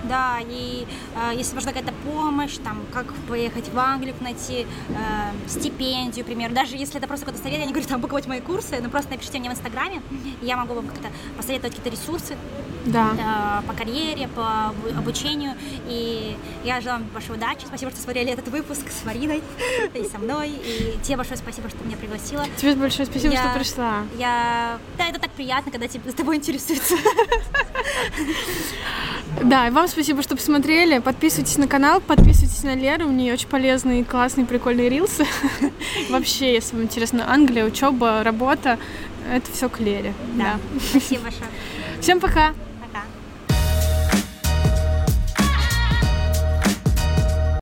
Speaker 1: Да, и э, если нужна какая-то помощь, там, как поехать в Англию, найти э, стипендию, например, даже если это просто какой-то совет, я не говорю, там, покупать мои курсы, но просто напишите мне в Инстаграме, я могу вам как-то посоветовать какие-то ресурсы
Speaker 2: да.
Speaker 1: э, по карьере, по обучению, и я желаю вам большой удачи, спасибо, что смотрели этот выпуск с Мариной и со мной, и тебе большое спасибо, что меня пригласила.
Speaker 2: Тебе большое спасибо,
Speaker 1: я,
Speaker 2: что пришла.
Speaker 1: Я... Да, это так приятно, когда тебе, с тобой интересуются.
Speaker 2: Да, и вам спасибо, что посмотрели. Подписывайтесь на канал, подписывайтесь на Леру. У нее очень полезные, классные, прикольные рилсы. Вообще, если вам интересна Англия, учеба, работа, это все к Лере.
Speaker 1: Да. Спасибо большое.
Speaker 2: Всем пока!